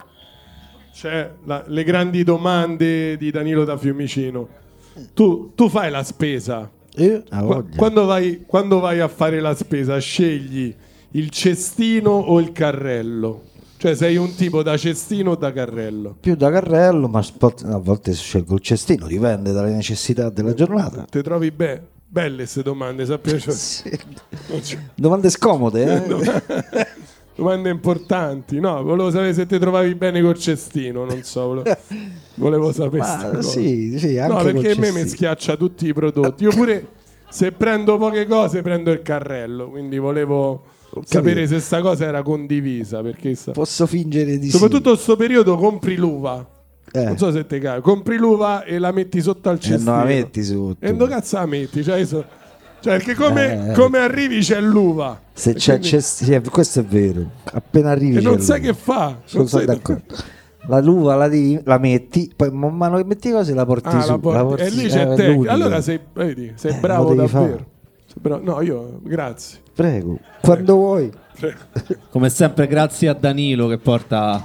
c'è le grandi domande di Danilo da Fiumicino. Tu fai la spesa. Quando vai a fare la spesa scegli il cestino o il carrello? Cioè sei un tipo da cestino o da carrello? Più da carrello, ma a volte scelgo il cestino, dipende dalle necessità della giornata. Ti trovi bene? Belle queste domande, sappia. Sì. Domande scomode, Domande importanti. No, volevo sapere se ti trovavi bene col cestino, non so. Volevo sapere sta cosa. Sì, anche no, perché a me cestino mi schiaccia tutti i prodotti. Io pure, se prendo poche cose, prendo il carrello. Quindi volevo sapere se sta cosa era condivisa. Perché posso fingere di soprattutto in questo periodo compri l'uva. Non so se te capi, compri l'uva e la metti sotto al cestino. Non la metti sotto. E dove cazzo la metti? Cioè, Cioè, perché come arrivi c'è l'uva. Se c'è, questo è vero. Appena arrivi e non c'è sai l'uva. che fa. Sono d'accordo. La uva la metti, poi man mano che metti cose la porti su. La porti, e lì c'è te. Allora sei bravo davvero. No, io grazie. Prego, quando vuoi. Come sempre grazie a Danilo che porta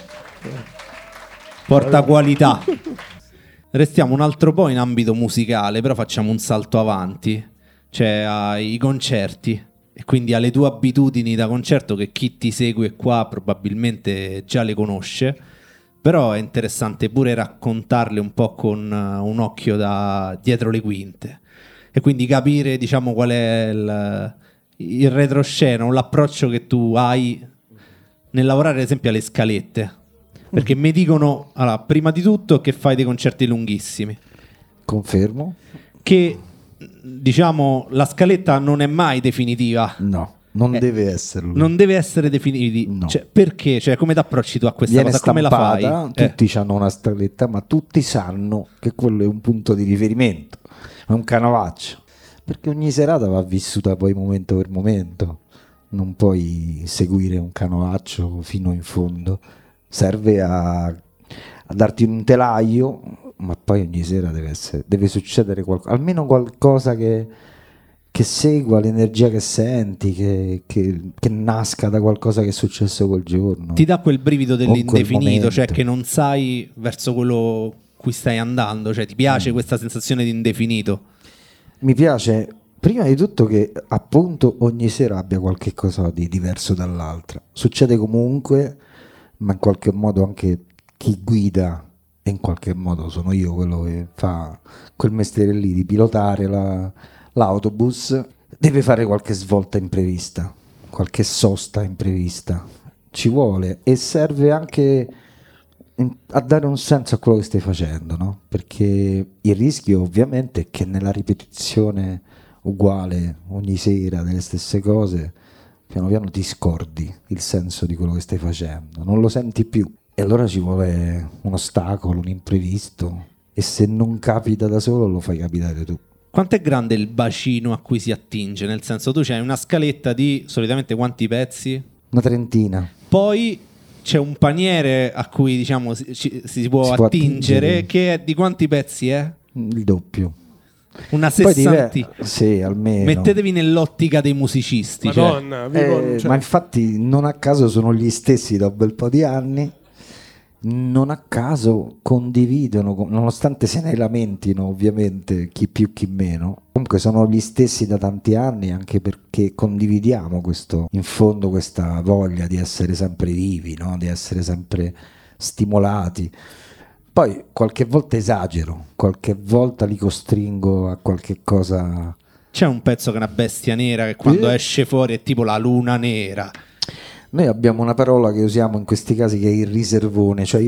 qualità. Restiamo un altro po' in ambito musicale, però facciamo un salto avanti, cioè ai concerti e quindi alle tue abitudini da concerto, che chi ti segue qua probabilmente già le conosce, però è interessante pure raccontarle un po' con un occhio da dietro le quinte e quindi capire, diciamo, qual è il retroscena o l'approccio che tu hai nel lavorare ad esempio alle scalette, perché mi dicono, allora, prima di tutto, che fai dei concerti lunghissimi. Confermo. Che, diciamo, la scaletta non è mai definitiva. No, non deve esserlo. Non deve essere definitiva. No. Cioè, perché? Cioè, come ti approcci tu a questa Viene cosa? Come la fai? Tutti hanno una scaletta, ma tutti sanno che quello è un punto di riferimento, è un canovaccio. Perché ogni serata va vissuta poi momento per momento. Non puoi seguire un canovaccio fino in fondo. Serve a darti un telaio, ma poi ogni sera deve succedere almeno qualcosa che segua l'energia che senti, che nasca da qualcosa che è successo quel giorno. Ti dà quel brivido dell'indefinito, cioè momento. che non sai verso quello cui stai andando, cioè ti piace questa sensazione di indefinito? Mi piace prima di tutto che appunto ogni sera abbia qualche cosa di diverso dall'altra. Succede comunque, ma in qualche modo anche chi guida, e in qualche modo sono io quello che fa quel mestiere lì di pilotare l'autobus, deve fare qualche svolta imprevista, qualche sosta imprevista. Ci vuole, e serve anche a dare un senso a quello che stai facendo, no? Perché il rischio ovviamente è che nella ripetizione uguale ogni sera delle stesse cose piano piano ti scordi il senso di quello che stai facendo, non lo senti più, e allora ci vuole un ostacolo, un imprevisto, e se non capita da solo lo fai capitare tu. Quanto è grande il bacino a cui si attinge? Nel senso, tu c'hai una scaletta di solitamente quanti pezzi? Una trentina. Poi c'è un paniere a cui, diciamo, si può attingere, che è di quanti pezzi è? Il doppio. Una sessantina. Sì, almeno. Mettetevi nell'ottica dei musicisti. Madonna, ma infatti non a caso sono gli stessi da un bel po' di anni, non a caso condividono, nonostante se ne lamentino ovviamente chi più chi meno, comunque sono gli stessi da tanti anni, anche perché condividiamo in fondo questa voglia di essere sempre vivi, no? Di essere sempre stimolati. Poi qualche volta esagero, qualche volta li costringo a qualche cosa. C'è un pezzo che è una bestia nera che quando esce fuori è tipo la luna nera. Noi abbiamo una parola che usiamo in questi casi che è il riservone, cioè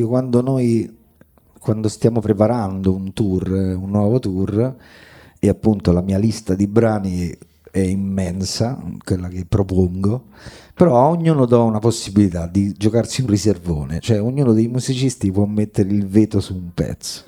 quando stiamo preparando un nuovo tour, e appunto la mia lista di brani è immensa, quella che propongo, però a ognuno do una possibilità di giocarsi un riservone, cioè ognuno dei musicisti può mettere il veto su un pezzo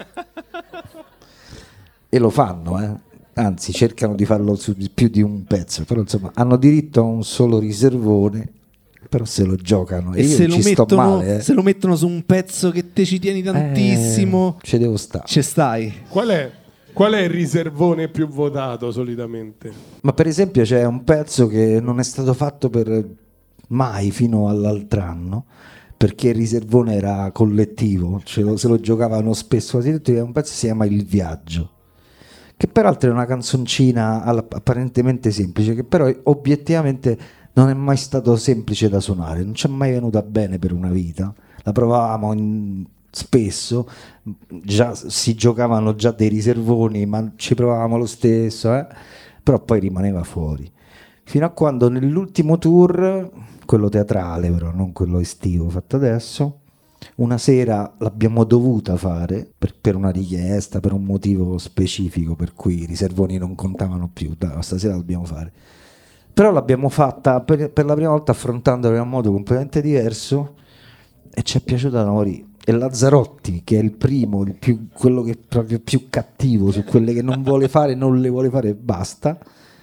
e lo fanno, anzi cercano di farlo su più di un pezzo, però insomma hanno diritto a un solo riservone, però se lo giocano, e io se ci sto male, se lo mettono su un pezzo che te ci tieni tantissimo, ci devo stare. Ci stai. Qual è il riservone più votato solitamente? Ma per esempio c'è un pezzo che non è stato fatto mai fino all'altro anno, perché il riservone era collettivo, se lo giocavano spesso quasi tutti. È un pezzo che si chiama Il Viaggio, che peraltro è una canzoncina apparentemente semplice, che però obiettivamente non è mai stato semplice da suonare, non ci è mai venuta bene per una vita, la provavamo spesso, già si giocavano già dei riservoni, ma ci provavamo lo stesso, però poi rimaneva fuori, fino a quando nell'ultimo tour, quello teatrale però, non quello estivo fatto adesso, una sera l'abbiamo dovuta fare per una richiesta, per un motivo specifico per cui i riservoni non contavano più, stasera la dobbiamo fare. Però l'abbiamo fatta per la prima volta affrontandola in un modo completamente diverso, e ci è piaciuta da morire. E Lazzarotti, che è il primo, quello che è proprio più cattivo su quelle che non vuole fare, non le vuole fare e basta,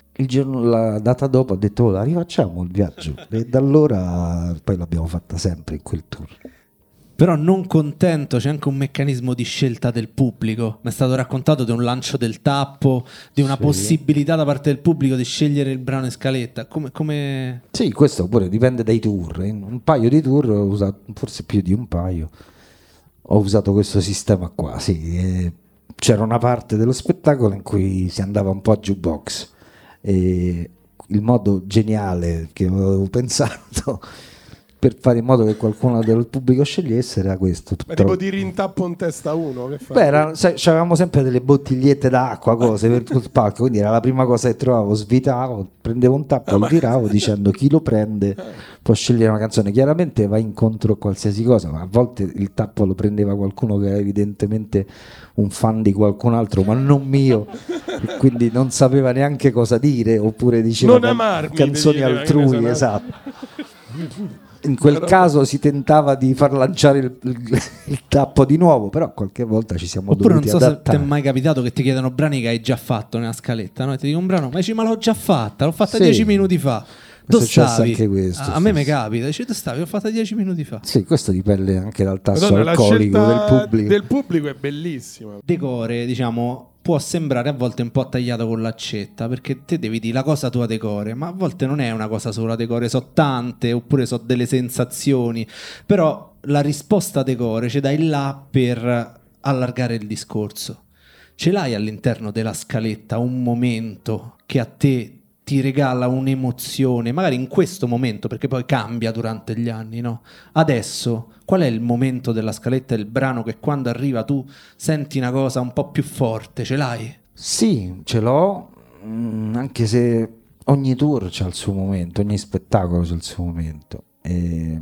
la data dopo ho detto la rifacciamo il viaggio e da allora poi l'abbiamo fatta sempre in quel tour. Però non contento, c'è anche un meccanismo di scelta del pubblico. Mi è stato raccontato di un lancio del tappo, di una possibilità da parte del pubblico di scegliere il brano in scaletta. Come... Sì, questo pure dipende dai tour. In un paio di tour ho usato, forse più di un paio, ho usato questo sistema qua, sì. C'era una parte dello spettacolo in cui si andava un po' a jukebox e il modo geniale che avevo pensato per fare in modo che qualcuno del pubblico scegliesse era questo. Ma tipo ti rintappo in testa uno? Che fa? Beh, avevamo sempre delle bottigliette d'acqua, cose per tutto il palco, quindi era la prima cosa che trovavo, svitavo, prendevo un tappo, lo tiravo dicendo chi lo prende può scegliere una canzone. Chiaramente va incontro a qualsiasi cosa, ma a volte il tappo lo prendeva qualcuno che era evidentemente un fan di qualcun altro, ma non mio, e quindi non sapeva neanche cosa dire, oppure diceva non amarmi, canzoni altrui, esatto. In quel caso si tentava di far lanciare il tappo di nuovo, però qualche volta ci siamo Oppure dovuti non so adattare. se ti è mai capitato che ti chiedano brani che hai già fatto nella scaletta, no? E ti dico un brano, ma dici ma l'ho già fatta, l'ho fatta Sì. 10 minuti fa. È Dove successo stavi? anche questo, A sì, me mi sì. capita, dici dove stavi? L'ho fatta 10 minuti fa. Sì, questo dipende anche dal tasso Madonna, la alcolico scelta del pubblico. è bellissima. Decore, diciamo, può sembrare a volte un po' tagliato con l'accetta, perché te devi dire la cosa tua decore, ma a volte non è una cosa sola decore, so tante, oppure so delle sensazioni, però la risposta decore ci dai là per allargare il discorso. Ce l'hai all'interno della scaletta un momento che a te ti regala un'emozione, magari in questo momento, perché poi cambia durante gli anni, no? Adesso, qual è il momento della scaletta, il brano che quando arriva tu senti una cosa un po' più forte, ce l'hai? Sì, ce l'ho, anche se ogni tour c'ha il suo momento, ogni spettacolo c'ha il suo momento. E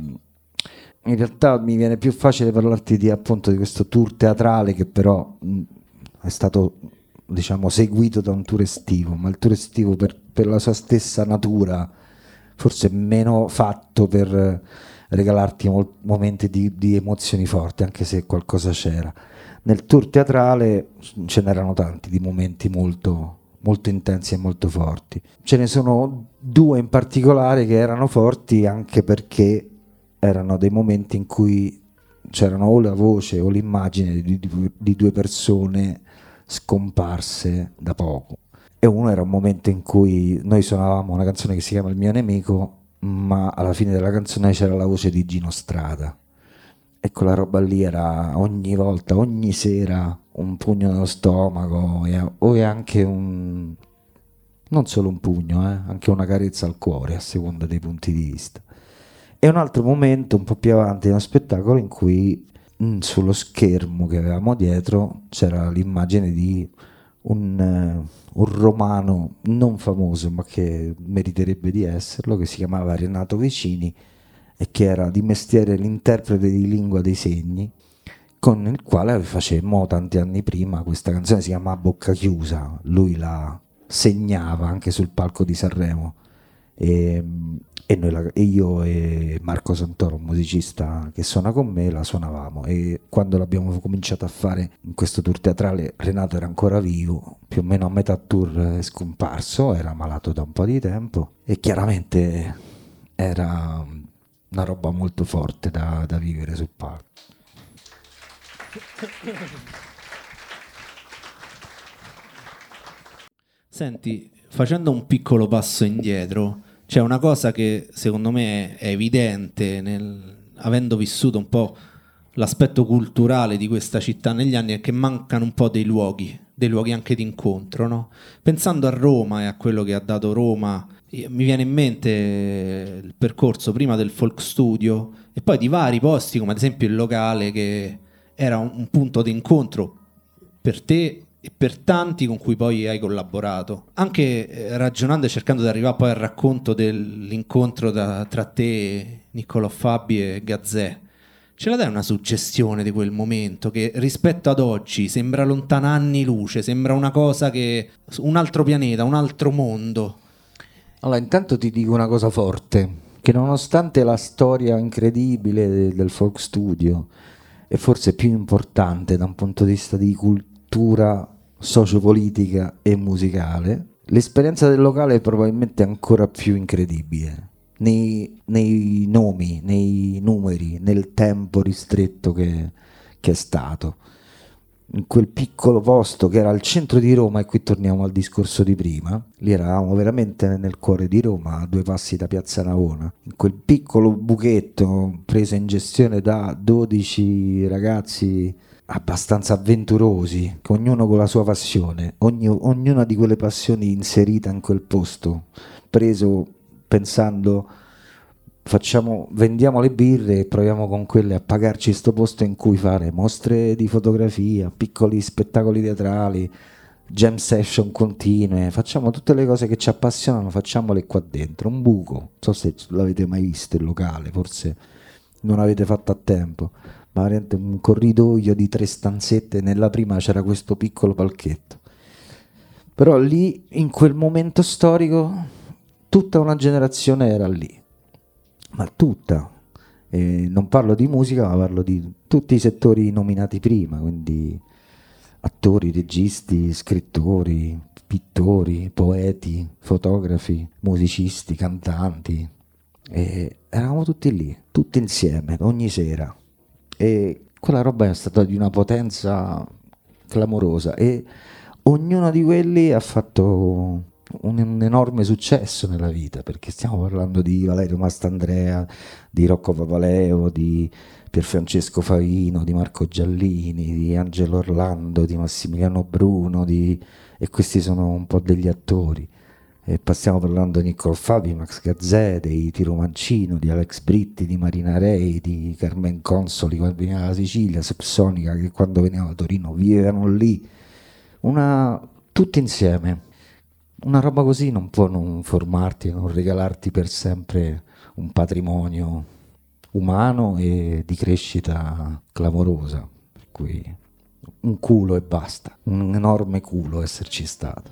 in realtà mi viene più facile parlarti appunto di questo tour teatrale che però è stato, diciamo, seguito da un tour estivo, ma il tour estivo per la sua stessa natura forse è meno fatto per regalarti momenti di emozioni forti, anche se qualcosa c'era. Nel tour teatrale ce n'erano tanti di momenti molto, molto intensi e molto forti. Ce ne sono due in particolare che erano forti anche perché erano dei momenti in cui c'erano o la voce o l'immagine di due persone scomparse da poco. E uno era un momento in cui noi suonavamo una canzone che si chiama Il mio nemico, ma alla fine della canzone c'era la voce di Gino Strada. E quella roba lì era ogni volta, ogni sera, un pugno nello stomaco o anche non solo un pugno, anche una carezza al cuore a seconda dei punti di vista. E un altro momento un po' più avanti nello spettacolo in cui sullo schermo che avevamo dietro c'era l'immagine di un romano non famoso ma che meriterebbe di esserlo, che si chiamava Renato Vicini e che era di mestiere l'interprete di lingua dei segni, con il quale facemmo tanti anni prima questa canzone, si chiama Bocca Chiusa. Lui la segnava anche sul palco di Sanremo e io e Marco Santoro, un musicista che suona con me, la suonavamo, e quando l'abbiamo cominciato a fare in questo tour teatrale Renato era ancora vivo, più o meno a metà tour è scomparso, era malato da un po' di tempo e chiaramente era una roba molto forte da vivere sul palco. Senti, facendo un piccolo passo indietro, c'è una cosa che secondo me è evidente, avendo vissuto un po' l'aspetto culturale di questa città negli anni, è che mancano un po' dei luoghi anche di incontro, no? Pensando a Roma e a quello che ha dato Roma, mi viene in mente il percorso prima del Folk Studio e poi di vari posti, come ad esempio il locale, che era un punto di incontro per te e per tanti con cui poi hai collaborato, anche ragionando e cercando di arrivare poi al racconto dell'incontro tra te, Niccolò Fabi e Gazzè. Ce la dai una suggestione di quel momento che rispetto ad oggi sembra lontana anni luce, sembra una cosa che un altro pianeta, un altro mondo? Allora, intanto ti dico una cosa forte, che nonostante la storia incredibile del Folk Studio e forse più importante da un punto di vista di cultura sociopolitica e musicale, L'esperienza del locale è probabilmente ancora più incredibile. Nei nomi, nei numeri, nel tempo ristretto che è stato. In quel piccolo posto che era al centro di Roma, e qui torniamo al discorso di prima, lì eravamo veramente nel cuore di Roma, a 2 passi da Piazza Navona, in quel piccolo buchetto preso in gestione da 12 ragazzi abbastanza avventurosi, ognuno con la sua passione, ognuna di quelle passioni inserita in quel posto, preso pensando vendiamo le birre e proviamo con quelle a pagarci sto posto in cui fare mostre di fotografia, piccoli spettacoli teatrali, jam session continue, facciamo tutte le cose che ci appassionano, facciamole qua dentro, un buco, non so se l'avete mai visto il locale, forse non avete fatto a tempo, ma veramente un corridoio di 3 stanzette, nella prima c'era questo piccolo palchetto, però lì in quel momento storico tutta una generazione era lì, ma tutta, non parlo di musica ma parlo di tutti i settori nominati prima, quindi attori, registi, scrittori, pittori, poeti, fotografi, musicisti, cantanti, e eravamo tutti lì, tutti insieme, ogni sera, e quella roba è stata di una potenza clamorosa e ognuno di quelli ha fatto un enorme successo nella vita, perché stiamo parlando di Valerio Mastandrea, di Rocco Papaleo, di Pierfrancesco Favino, di Marco Giallini, di Angelo Orlando, di Massimiliano Bruno, e questi sono un po' degli attori. E stiamo parlando di Niccolò Fabi, Max Gazzè, di Tiro Mancino, di Alex Britti, di Marina Rei, di Carmen Consoli quando veniva dalla Sicilia, Subsonica che quando veniva da Torino vivevano lì, tutti insieme. Una roba così non può non formarti, non regalarti per sempre un patrimonio umano e di crescita clamorosa, per cui un culo e basta, un enorme culo esserci stato.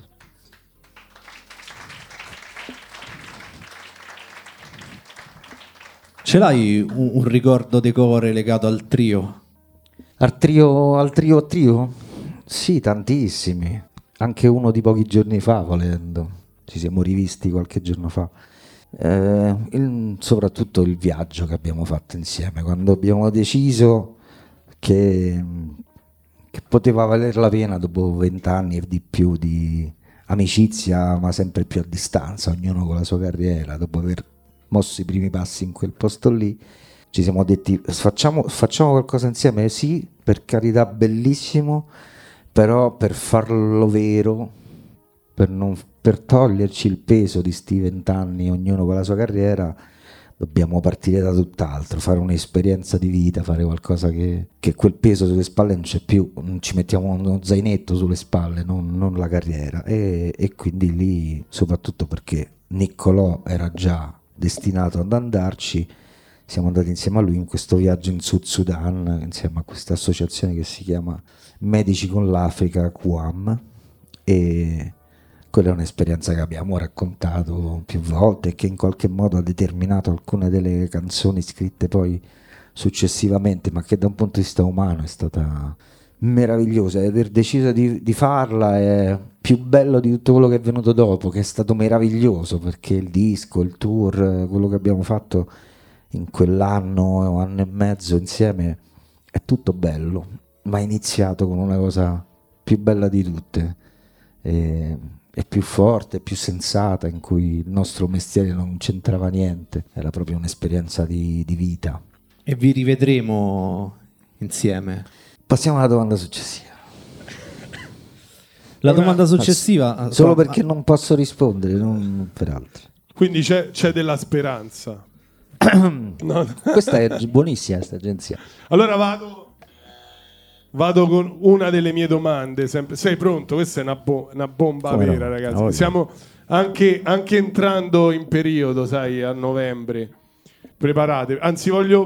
Ce l'hai un ricordo decore legato al trio? Al trio? Sì, tantissimi. Anche uno di pochi giorni fa, volendo. Ci siamo rivisti qualche giorno fa. Soprattutto il viaggio che abbiamo fatto insieme, quando abbiamo deciso che poteva valer la pena dopo 20 anni e di più di amicizia, ma sempre più a distanza, ognuno con la sua carriera, dopo aver mosso i primi passi in quel posto lì, ci siamo detti facciamo qualcosa insieme, sì, per carità, bellissimo, però per farlo vero, per toglierci il peso di sti 20 anni, ognuno con la sua carriera, dobbiamo partire da tutt'altro, fare un'esperienza di vita, fare qualcosa che quel peso sulle spalle non c'è più, non ci mettiamo uno zainetto sulle spalle, non la carriera, e quindi lì, soprattutto perché Niccolò era già destinato ad andarci, siamo andati insieme a lui in questo viaggio in Sud Sudan, insieme a questa associazione che si chiama Medici con l'Africa, QAM, e quella è un'esperienza che abbiamo raccontato più volte e che in qualche modo ha determinato alcune delle canzoni scritte poi successivamente, ma che da un punto di vista umano è stata meravigliosa, e aver deciso di farla è più bello di tutto quello che è venuto dopo, che è stato meraviglioso, perché il disco, il tour, quello che abbiamo fatto in quell'anno, anno e mezzo insieme, è tutto bello, ma è iniziato con una cosa più bella di tutte, è più forte, più sensata, in cui il nostro mestiere non c'entrava niente, era proprio un'esperienza di vita. E vi rivedremo insieme? Passiamo alla domanda successiva. La domanda successiva... Solo perché non posso rispondere, non per altro. Quindi c'è della speranza. No. Questa è buonissima, questa agenzia. Allora vado con una delle mie domande. Sei pronto? Questa è una bomba come vera, no? ragazzi. No, Stiamo anche entrando in periodo, sai, a novembre. Preparate. Anzi, voglio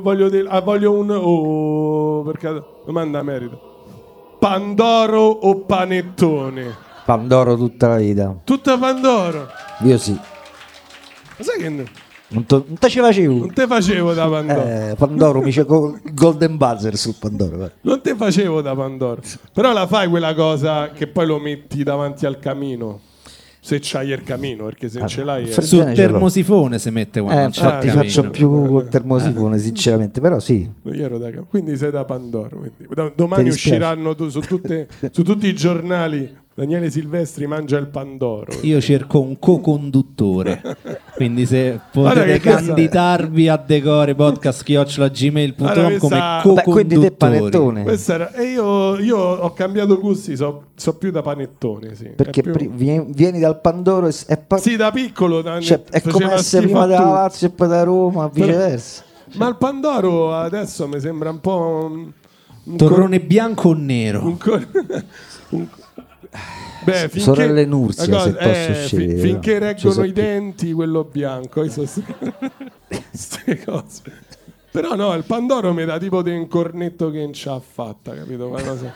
un... perché domanda merito. Pandoro o panettone? Pandoro tutta la vita. Tutta Pandoro. Io sì. Ma sai che Non te ce facevo. non te facevo da Pandoro? Pandoro mi c'è il golden buzzer sul Pandoro. Vai. Non te facevo da Pandoro. Però la fai quella cosa che poi lo metti davanti al camino. se c'hai il camino, perché se ce l'hai sul termosifone si mette quando non c'è infatti il faccio camino. più col termosifone sinceramente, però sì. quindi sei da Pandoro, quindi. Domani usciranno su tutti i giornali Daniele Silvestri mangia il Pandoro. Io cerco un co-conduttore, quindi se potete candidarvi a decorepodcast@gmail.com come co-conduttori. Quindi te panettone. E io ho cambiato gusti, so più da panettone, sì. Perché vieni dal Pandoro e sì, da piccolo è come essere prima dalla Lazio e poi da Roma, viceversa. Ma il Pandoro adesso mi sembra un po' un torrone bianco o nero? Beh, sorelle Nursia, se posso scegliere, finché reggono i denti, quello bianco, queste cose. Però no, il Pandoro mi dà tipo di un cornetto che non ce l'ha fatta, capito? Una cosa...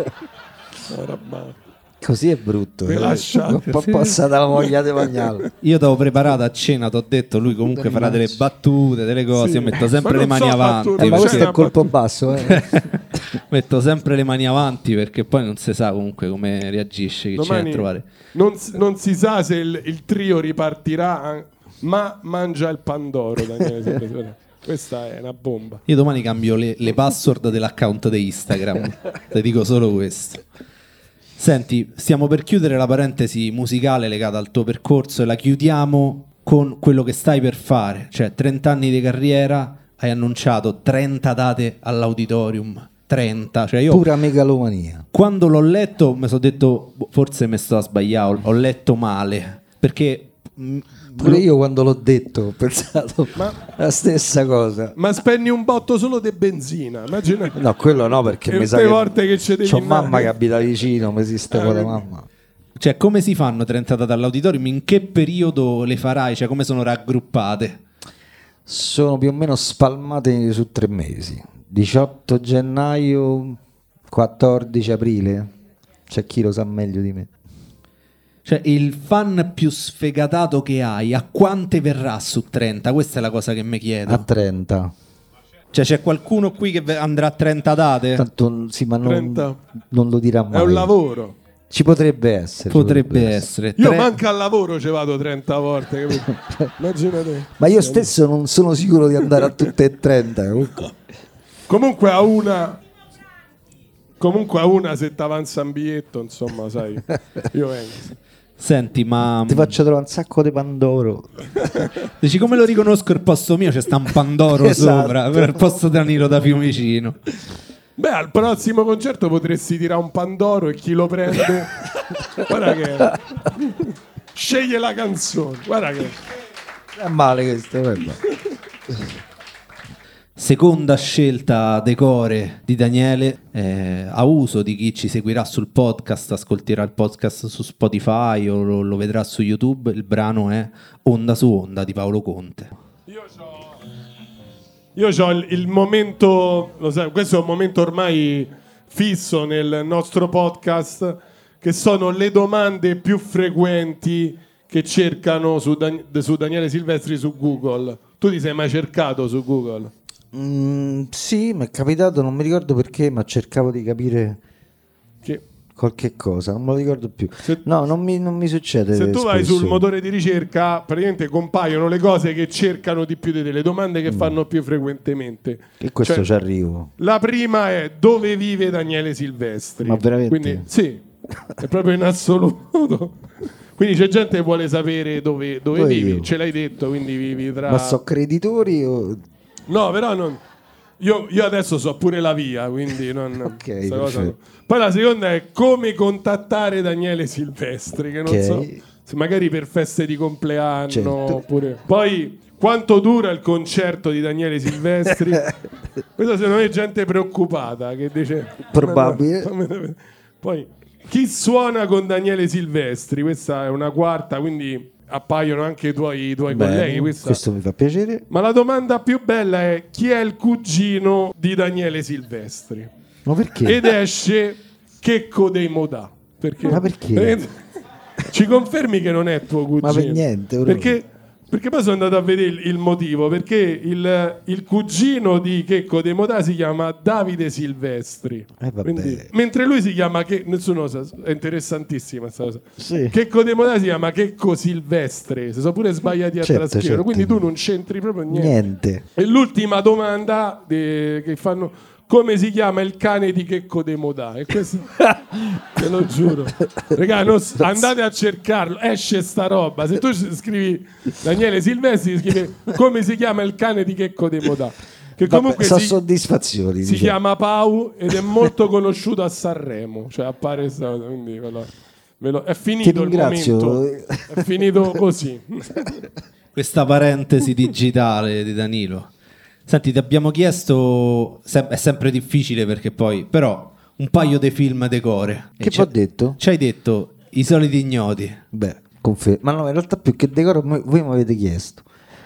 Così è brutto. Un po' passata la voglia di mangiarlo. Io t'ho preparato a cena, t'ho detto, lui comunque farà delle battute, delle cose. Sì. Io metto sempre le mani avanti. Ma questo è colpo basso. Metto sempre le mani avanti perché poi non si sa comunque come reagisce chi c'è a trovare. Non si sa se il trio ripartirà, ma mangia il Pandoro, Daniele. Questa è una bomba. Io domani cambio le password dell'account di Instagram. Ti dico solo questo. Senti, stiamo per chiudere la parentesi musicale legata al tuo percorso e la chiudiamo con quello che stai per fare. Cioè 30 anni di carriera, hai annunciato 30 date all'auditorium. 30, cioè io pura megalomania. Quando l'ho letto mi sono detto forse mi sto a sbagliare, ho letto male, perché pure io quando l'ho detto ho pensato la stessa cosa. Ma spendi un botto solo di benzina, immagina. No, quello no, perché mi sa che c'ho mamma che abita vicino, mi esiste con la mamma. Cioè come si fanno 30 date all'auditorium? In che periodo le farai? Cioè come sono raggruppate? Sono più o meno spalmate su 3 mesi. 18 gennaio, 14 aprile. C'è chi lo sa meglio di me. Cioè il fan più sfegatato che hai, a quante verrà su 30? Questa è la cosa che mi chiedo. A 30. Cioè c'è qualcuno qui che andrà a 30 date? Tanto sì, ma non lo dirà mai. È un lavoro. Ci potrebbe essere. Potrebbe essere. Io manca al lavoro ci vado 30 volte, capito? Immaginate. Ma io stesso non sono sicuro di andare a tutte e 30. Comunque a una se ti avanza un biglietto, insomma, sai, io vengo. Senti, ma ti faccio trovare un sacco di Pandoro. Dici come lo riconosco il posto mio? C'è sta un Pandoro sopra, per il posto Danilo da Fiumicino. Beh, al prossimo concerto potresti tirare un Pandoro e chi lo prende guarda che sceglie la canzone, guarda che è male questo, guarda. Seconda scelta decore di Daniele, a uso di chi ci seguirà sul podcast, ascolterà il podcast su Spotify o lo vedrà su YouTube. Il brano è Onda su Onda di Paolo Conte. Io ho il momento, lo sai, questo è un momento ormai fisso nel nostro podcast, che sono le domande più frequenti che cercano su Daniele Silvestri su Google. Tu ti sei mai cercato su Google? Sì, mi è capitato, non mi ricordo perché, ma cercavo di capire qualche cosa, non me lo ricordo più. Non mi succede. Se tu vai sul motore di ricerca, praticamente compaiono le cose che cercano di più di te, le domande che fanno più frequentemente. E questo ci arrivo. La prima è: dove vive Daniele Silvestri? Ma veramente? Quindi, sì, è proprio in assoluto. Quindi c'è gente che vuole sapere dove vivi, io. Ce l'hai detto, quindi vivi tra... Ma so creditori o... No, però non... Io adesso so pure la via, quindi non... Ok, cosa no. Poi la seconda è come contattare Daniele Silvestri, che non so, se magari per feste di compleanno, certo. Oppure... Poi quanto dura il concerto di Daniele Silvestri? Questo secondo me è gente preoccupata, che dice... Probabile. Poi chi suona con Daniele Silvestri? Questa è una quarta, quindi... appaiono anche i tuoi colleghi. Questo mi fa piacere. Ma la domanda più bella è: chi è il cugino di Daniele Silvestri? Ma perché? Ed esce Checco dei Modà. Ma perché? Ci confermi che non è tuo cugino? Ma per niente, perché Perché poi sono andato a vedere il motivo, perché il cugino di Checco De Modà si chiama Davide Silvestri. Quindi, mentre lui si chiama nessuno lo sa, è interessantissima questa cosa. Sì. Checco De Modà si chiama Checco Silvestre, si sono pure sbagliati a trascrivere, certo. quindi tu non c'entri proprio Niente. E l'ultima domanda che fanno: come si chiama il cane di Checco De Modà? E questo te lo giuro, regà, andate a cercarlo, esce sta roba. Se tu scrivi Daniele Silvestri, scrivi come si chiama il cane di Checco De Modà, che comunque soddisfazioni, si chiama Pau ed è molto conosciuto a Sanremo, cioè appare quindi è finito il momento, è finito così. Questa parentesi digitale di Danilo. Senti, ti abbiamo chiesto, è sempre difficile perché poi, però, un paio di film decore. Che ci ho detto? Ci hai detto I soliti ignoti. Beh, confermo. Ma no, in realtà più che decoro voi mi avete chiesto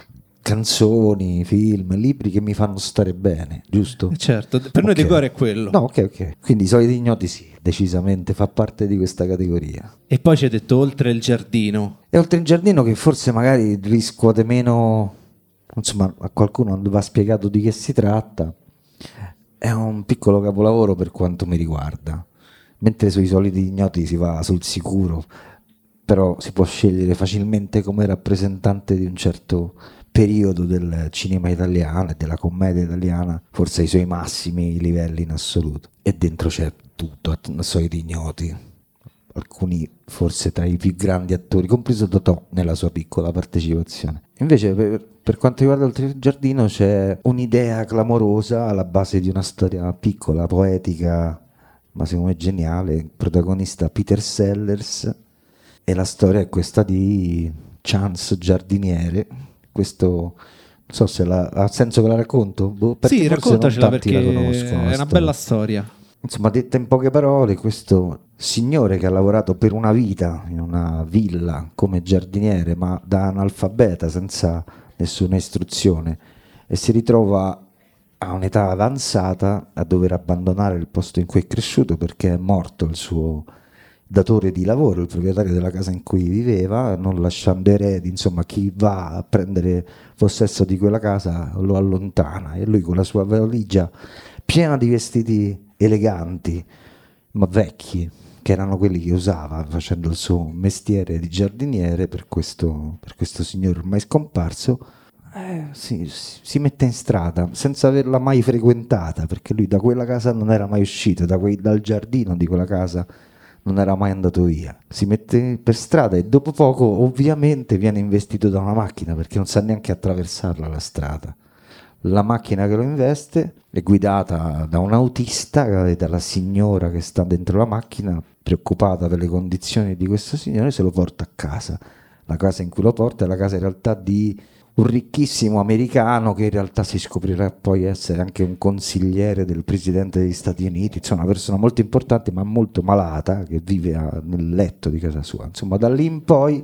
canzoni, film, libri che mi fanno stare bene, giusto? Certo, per noi decore è quello. No, ok. Quindi I soliti ignoti sì, decisamente fa parte di questa categoria. E poi ci hai detto Oltre il giardino. E Oltre il giardino, che forse magari riscuote meno, insomma, a qualcuno non va spiegato di che si tratta. È un piccolo capolavoro per quanto mi riguarda, mentre sui soliti ignoti si va sul sicuro, però si può scegliere facilmente come rappresentante di un certo periodo del cinema italiano e della commedia italiana, forse ai suoi massimi livelli in assoluto. E dentro c'è tutto, soliti ignoti, alcuni forse tra i più grandi attori, compreso Totò nella sua piccola partecipazione. Invece per quanto riguarda Oltre il giardino c'è un'idea clamorosa alla base di una storia piccola, poetica, ma secondo me geniale. Il protagonista Peter Sellers, e la storia è questa di Chance giardiniere. Questo non so se ha senso che la racconto. Sì, raccontacela perché è una bella storia. Insomma, detta in poche parole, questo signore che ha lavorato per una vita in una villa come giardiniere, ma da analfabeta, senza nessuna istruzione, e si ritrova a un'età avanzata a dover abbandonare il posto in cui è cresciuto perché è morto il suo datore di lavoro, il proprietario della casa in cui viveva, non lasciando eredi. Insomma, chi va a prendere possesso di quella casa lo allontana, e lui con la sua valigia piena di vestiti eleganti ma vecchi, che erano quelli che usava facendo il suo mestiere di giardiniere per questo signore ormai scomparso, si mette in strada senza averla mai frequentata, perché lui da quella casa non era mai uscito, dal giardino di quella casa non era mai andato via. Si mette per strada e dopo poco ovviamente viene investito da una macchina, perché non sa neanche attraversarla la strada. La macchina che lo investe è guidata da un autista e dalla signora che sta dentro la macchina, preoccupata per le condizioni di questo signore, se lo porta a casa. La casa in cui lo porta è la casa in realtà di un ricchissimo americano, che in realtà si scoprirà poi essere anche un consigliere del presidente degli Stati Uniti, insomma una persona molto importante ma molto malata, che vive nel letto di casa sua. Insomma, da lì in poi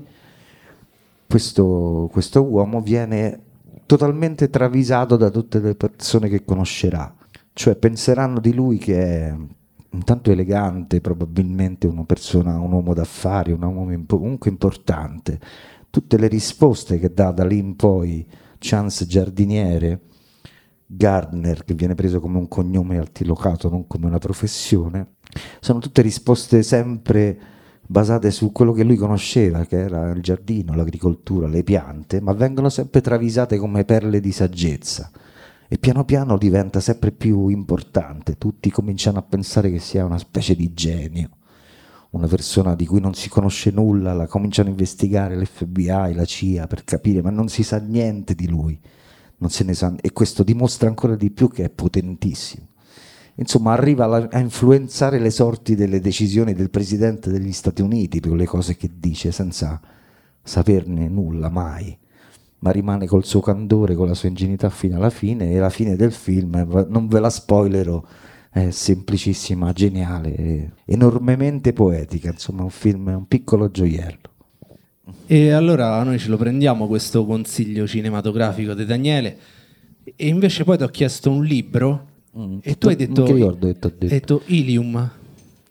questo uomo viene totalmente travisato da tutte le persone che conoscerà, cioè penseranno di lui che è intanto elegante, probabilmente un uomo d'affari, un uomo comunque importante. Tutte le risposte che dà da lì in poi Chance giardiniere, Gardner, che viene preso come un cognome altilocato, non come una professione, sono tutte risposte sempre basate su quello che lui conosceva, che era il giardino, l'agricoltura, le piante, ma vengono sempre travisate come perle di saggezza, e piano piano diventa sempre più importante. Tutti cominciano a pensare che sia una specie di genio, una persona di cui non si conosce nulla, la cominciano a investigare l'FBI, la CIA, per capire, ma non si sa niente di lui, non se ne sa, e questo dimostra ancora di più che è potentissimo. Insomma, arriva a influenzare le sorti delle decisioni del presidente degli Stati Uniti per le cose che dice, senza saperne nulla mai, ma rimane col suo candore, con la sua ingenuità fino alla fine. E la fine del film, non ve la spoilerò, è semplicissima, geniale, enormemente poetica. Insomma, un film, un piccolo gioiello. E allora noi ce lo prendiamo questo consiglio cinematografico di Daniele, e invece poi ti ho chiesto un libro. E tu hai detto, non ti ricordo che ti ho detto. hai detto Ilium.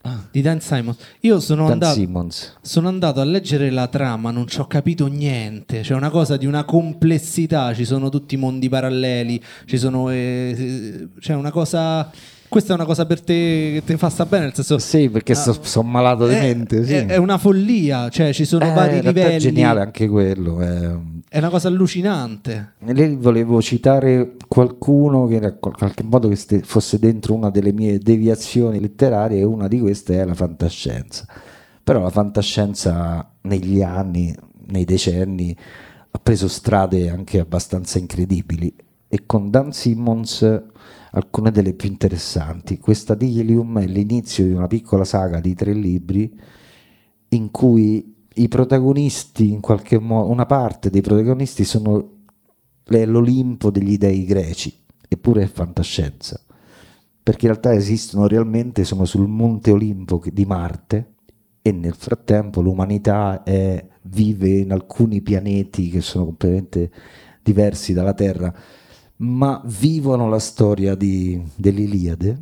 Di Dan Simons. Io sono Dan andato, Simmons. sono andato a leggere la trama, non ci ho capito niente. C'è una cosa di una complessità, ci sono tutti i mondi paralleli, ci sono, c'è una cosa. Questa è una cosa per te che ti fa sta bene, nel senso. Sì, perché sono malato di mente. Sì. È una follia, cioè ci sono vari in realtà livelli. è geniale anche quello. È una cosa allucinante. E lì volevo citare qualcuno che in qualche modo che fosse dentro una delle mie deviazioni letterarie, e una di queste è la fantascienza. Però la fantascienza negli anni, nei decenni, ha preso strade anche abbastanza incredibili, e con Dan Simmons alcune delle più interessanti. Questa di Helium è l'inizio di una piccola saga di 3 libri in cui i protagonisti, in qualche modo, una parte dei protagonisti sono l'Olimpo degli dei greci, eppure è fantascienza, perché in realtà esistono realmente, sono sul monte Olimpo di Marte, e nel frattempo l'umanità vive in alcuni pianeti che sono completamente diversi dalla Terra, ma vivono la storia dell'Iliade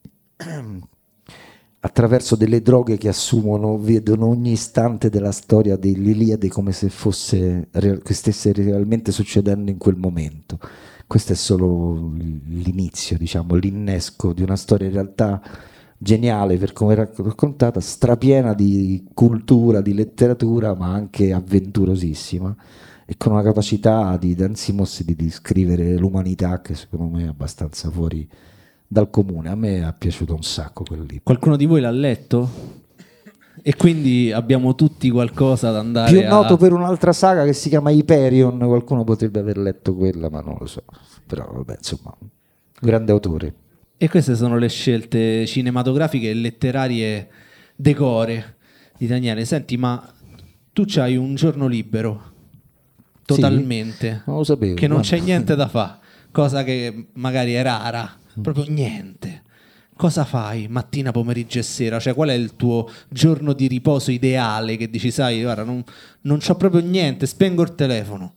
attraverso delle droghe che assumono, vedono ogni istante della storia dell'Iliade come se che stesse realmente succedendo in quel momento. Questo è solo l'inizio, diciamo, l'innesco di una storia in realtà geniale per come è raccontata, strapiena di cultura, di letteratura, ma anche avventurosissima, e con una capacità di Dan Simmons di descrivere l'umanità che secondo me è abbastanza fuori dal comune. A me è piaciuto un sacco quel libro. Qualcuno di voi l'ha letto? E quindi abbiamo tutti qualcosa da andare Più noto per un'altra saga che si chiama Hyperion, qualcuno potrebbe aver letto quella, ma non lo so. Però vabbè, insomma, grande autore. E queste sono le scelte cinematografiche e letterarie decore di Daniele. Senti, ma tu c'hai un giorno libero totalmente, non lo sapevo, che non guarda. c'è niente da fare, cosa che magari è rara, proprio niente. Cosa fai mattina, pomeriggio e sera? Cioè, qual è il tuo giorno di riposo ideale che dici, sai, guarda, non c'ho proprio niente, spengo il telefono?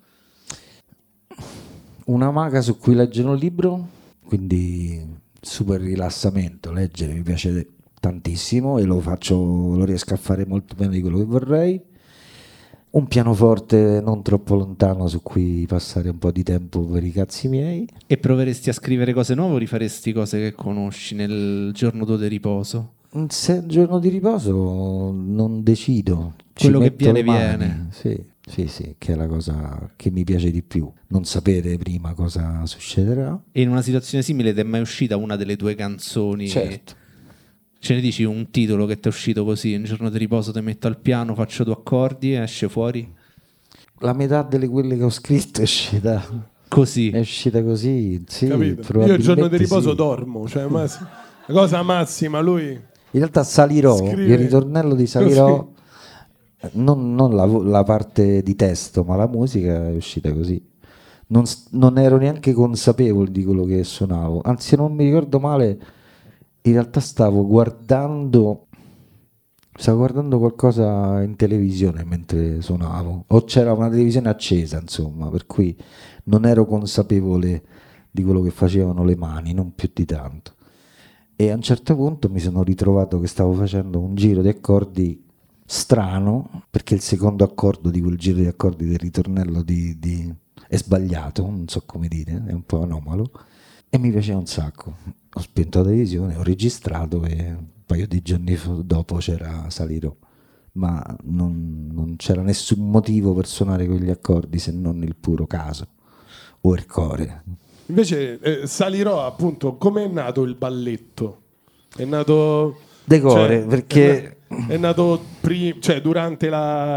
Una maga su cui leggere un libro, quindi super rilassamento, leggere mi piace tantissimo e lo riesco a fare molto bene di quello che vorrei. Un pianoforte non troppo lontano su cui passare un po' di tempo per i cazzi miei. E proveresti a scrivere cose nuove o rifaresti cose che conosci nel giorno tuo di riposo? Se è un giorno di riposo non decido, Quello che metto viene, le mani. viene. Sì, che è la cosa che mi piace di più, non sapere prima cosa succederà. E in una situazione simile ti è mai uscita una delle tue canzoni? Certo. Ce ne dici un titolo che ti è uscito così, un giorno di riposo ti metto al piano, faccio 2 accordi e esce fuori? La metà delle quelle che ho scritto è Così. uscita così, sì, Capito? Io il giorno di riposo sì. dormo, cioè la cosa massima, lui In realtà Salirò, scrive il ritornello di Salirò, così. non la parte di testo, ma la musica è uscita così. Non ero neanche consapevole di quello che suonavo, anzi, se non mi ricordo male, in realtà stavo guardando qualcosa in televisione mentre suonavo, o c'era una televisione accesa, insomma, per cui non ero consapevole di quello che facevano le mani, non più di tanto. E a un certo punto mi sono ritrovato che stavo facendo un giro di accordi strano, perché il secondo accordo di quel giro di accordi del ritornello è sbagliato, non so come dire, è un po' anomalo, e mi piaceva un sacco. Ho spento la televisione, ho registrato e un paio di giorni dopo c'era Salirò, ma non c'era nessun motivo per suonare quegli accordi se non il puro caso o il core. Invece Salirò, appunto, come è nato il balletto? È nato Decore, perché è nato cioè durante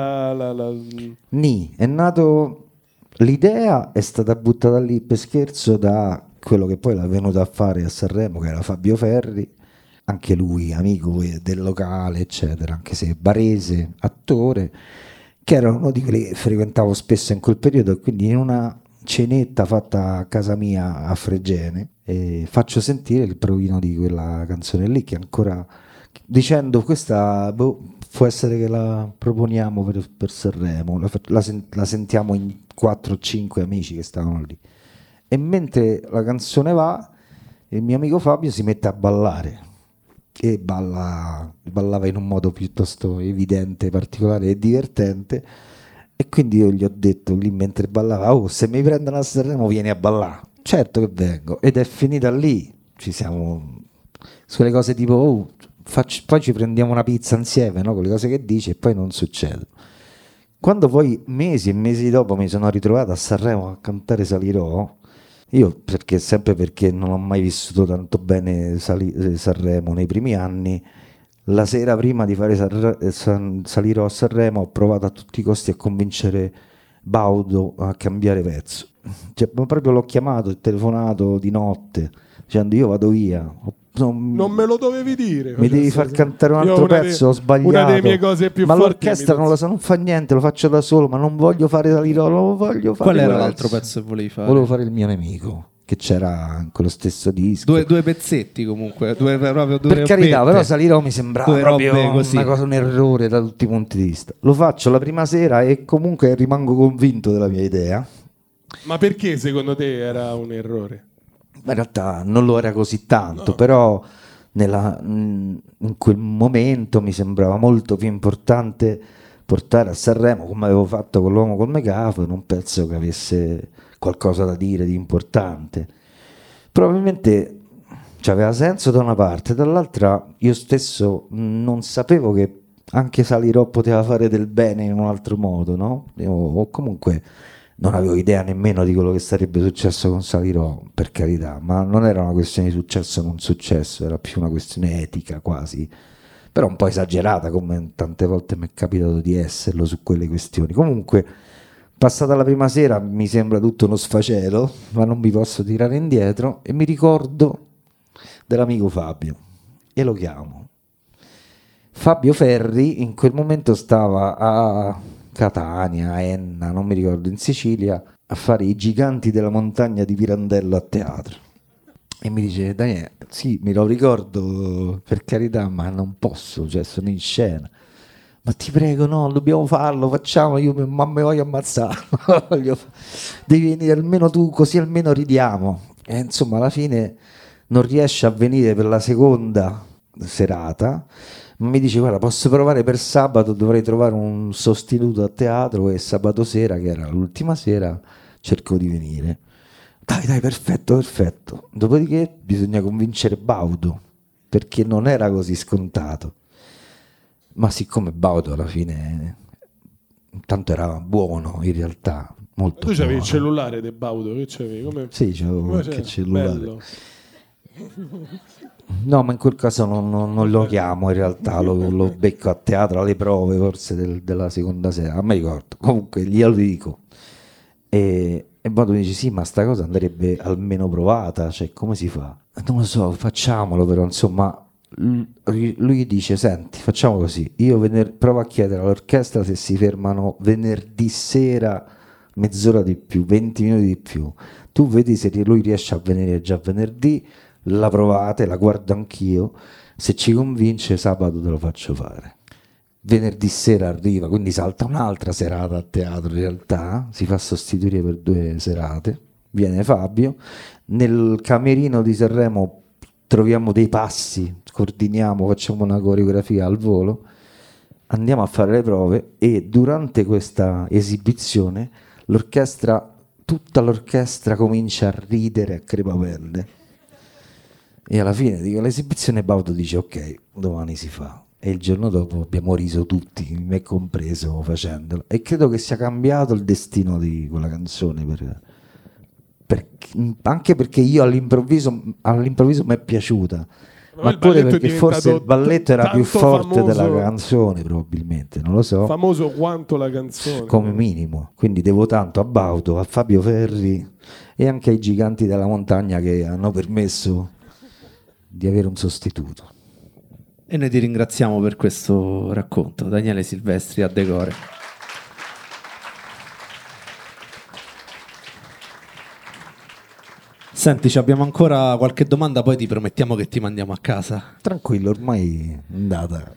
è nato, l'idea è stata buttata lì per scherzo da quello che poi l'ha venuto a fare a Sanremo, che era Fabio Ferri, anche lui amico del locale, eccetera, anche se barese, attore, che era uno di quelli che frequentavo spesso in quel periodo, e quindi in una cenetta fatta a casa mia a Fregene faccio sentire il provino di quella canzone lì, che ancora, dicendo questa può essere che la proponiamo per Sanremo, la sentiamo in 4 o 5 amici che stavano lì, e mentre la canzone va il mio amico Fabio si mette a ballare e ballava in un modo piuttosto evidente, particolare e divertente. E quindi io gli ho detto lì mentre ballava: oh, se mi prendono a Sanremo vieni a ballare. Certo che vengo. Ed è finita lì. Ci siamo sulle cose tipo poi ci prendiamo una pizza insieme, no? Con le cose che dici, e poi non succede. Quando poi mesi e mesi dopo mi sono ritrovato a Sanremo a cantare Salirò, io sempre perché non ho mai vissuto tanto bene Sanremo nei primi anni, la sera prima di fare Salirò a Sanremo ho provato a tutti i costi a convincere Baudo a cambiare pezzo. Cioè, proprio l'ho chiamato, ho telefonato di notte dicendo: io vado via, Non me lo dovevi dire. mi devi far cantare un altro pezzo, ho sbagliato. Una delle mie cose più ma forti. l'orchestra non fa niente, lo faccio da solo, ma non voglio fare Salirò, non lo voglio fare. Qual era l'altro pezzo che volevi fare? Volevo fare Il mio nemico, che c'era in quello stesso disco. Due pezzetti comunque, proprio due Per carità, robette. però Salirò mi sembrava Due robe proprio così. una cosa, un errore da tutti i punti di vista. Lo faccio la prima sera e comunque rimango convinto della mia idea. Ma perché secondo te era un errore? Ma in realtà non lo era così tanto, però in quel momento mi sembrava molto più importante portare a Sanremo, come avevo fatto con l'uomo col megafono, un pezzo che avesse qualcosa da dire di importante. Probabilmente aveva senso da una parte, dall'altra io stesso non sapevo che anche Salirò poteva fare del bene in un altro modo, no? O comunque non avevo idea nemmeno di quello che sarebbe successo con Salirò, per carità, ma non era una questione di successo o non successo, era più una questione etica quasi, però un po' esagerata, come tante volte mi è capitato di esserlo su quelle questioni. Comunque, passata la prima sera mi sembra tutto uno sfacelo, ma non mi posso tirare indietro, e mi ricordo dell'amico Fabio e lo chiamo. Fabio Ferri in quel momento stava a Catania, a Enna, non mi ricordo, in Sicilia, a fare I Giganti della Montagna di Pirandello a teatro. E mi dice: Daniele, sì, me lo ricordo, per carità, ma non posso, cioè sono in scena. Ma ti prego, no, dobbiamo farlo, facciamo, ma mi voglio ammazzare. Devi venire almeno tu, così almeno ridiamo. E insomma, alla fine non riesce a venire per la seconda serata. Mi dice: guarda, posso provare per sabato, dovrei trovare un sostituto a teatro, e sabato sera, che era l'ultima sera, cerco di venire. Dai, perfetto. Dopodiché bisogna convincere Baudo, perché non era così scontato. Ma siccome Baudo alla fine intanto era buono, in realtà, molto tu c'avevi buono. il cellulare di Baudo? Che c'avevi? Come... Sì, c'avevo qualche cellulare. Bello. No, ma in quel caso non lo chiamo, in realtà lo becco a teatro alle prove forse della seconda sera, non mi ricordo. Comunque glielo dico, e Baudo dice: sì, ma sta cosa andrebbe almeno provata, cioè come si fa? Non lo so, facciamolo, però insomma. Lui dice: senti, facciamo così, io provo a chiedere all'orchestra se si fermano venerdì sera mezz'ora di più, 20 minuti di più, tu vedi se lui riesce a venire già venerdì, la provate, la guardo anch'io, se ci convince sabato te lo faccio fare. Venerdì sera arriva, quindi salta un'altra serata a teatro, in realtà si fa sostituire per 2 serate, viene Fabio, nel camerino di Sanremo troviamo dei passi, coordiniamo, facciamo una coreografia al volo, andiamo a fare le prove, e durante questa esibizione tutta l'orchestra comincia a ridere a crepapelle, e alla fine di quell'esibizione Baudo dice: ok, domani si fa. E il giorno dopo abbiamo riso tutti, me compreso, facendolo, e credo che sia cambiato il destino di quella canzone, anche perché io all'improvviso mi è piaciuta, ma pure perché forse il balletto era più forte della canzone, probabilmente, non lo so, famoso quanto la canzone, come minimo. Quindi devo tanto a Baudo, a Fabio Ferri e anche ai Giganti della Montagna, che hanno permesso di avere un sostituto. E noi ti ringraziamo per questo racconto, Daniele Silvestri a Decore. Senti, abbiamo ancora qualche domanda, poi ti promettiamo che ti mandiamo a casa. Tranquillo, ormai è andata.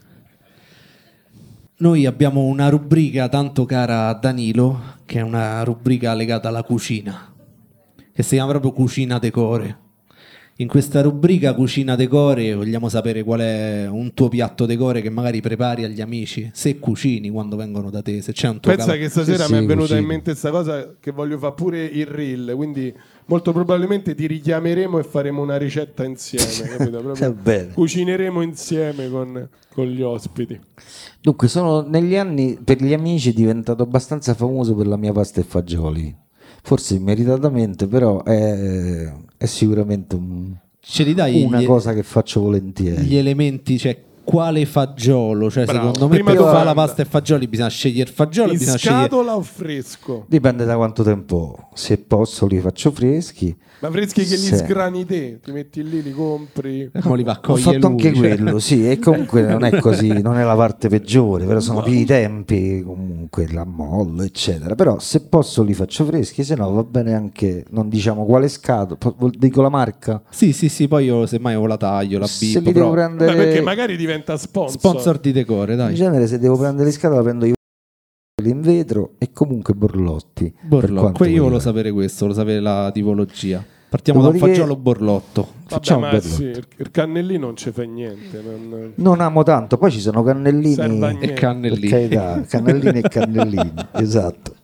Noi abbiamo una rubrica tanto cara a Danilo, che è una rubrica legata alla cucina, che si chiama proprio Cucina Decore, In questa rubrica Cucina Decore vogliamo sapere qual è un tuo piatto decore che magari prepari agli amici, se cucini quando vengono da te, se c'è un tuo Pensa che stasera Sì, mi è sì, venuta cucino. in mente questa cosa che voglio fare pure il reel, quindi molto probabilmente ti richiameremo e faremo una ricetta insieme, capito? Proprio bene. cucineremo insieme con gli ospiti. Dunque, sono negli anni per gli amici diventato abbastanza famoso per la mia pasta e fagioli. Forse meritatamente, però è sicuramente Ce li dai una cosa che faccio volentieri. gli elementi, cioè quale fagiolo? Cioè, Bravo. secondo me Prima per domanda. fare la pasta e fagioli bisogna scegliere il fagiolo, In bisogna scegliere... scatola o fresco? Dipende da quanto tempo ho. Se posso li faccio freschi. Ma freschi che li Se- sgrani te, ti metti lì, li compri. Mo li va a Ho cogliere fatto lui, anche cioè. quello, sì, e comunque non è così, non è la parte peggiore, però sono più i tempi, comunque la mollo, eccetera. Però se posso li faccio freschi, se no va bene anche, non diciamo quale scatola, dico la marca. Sì, poi io semmai o la taglio, la Se bippo, li devo però... prendere, Beh, perché magari diventa sponsor. Sponsor di decore, dai. in genere se devo prendere le scatole prendo io in vetro e comunque borlotti. per Borlotto, quanto io volevo riguarda. sapere questo, volevo sapere la tipologia. Partiamo da un Dopodiché- fagiolo borlotto. Vabbè, Facciamo ma borlotti. sì, il cannellino non ci fa niente. Non amo tanto, poi ci sono Serve a cannellini, niente. E per cannellini. carità, cannellini e cannellini, esatto.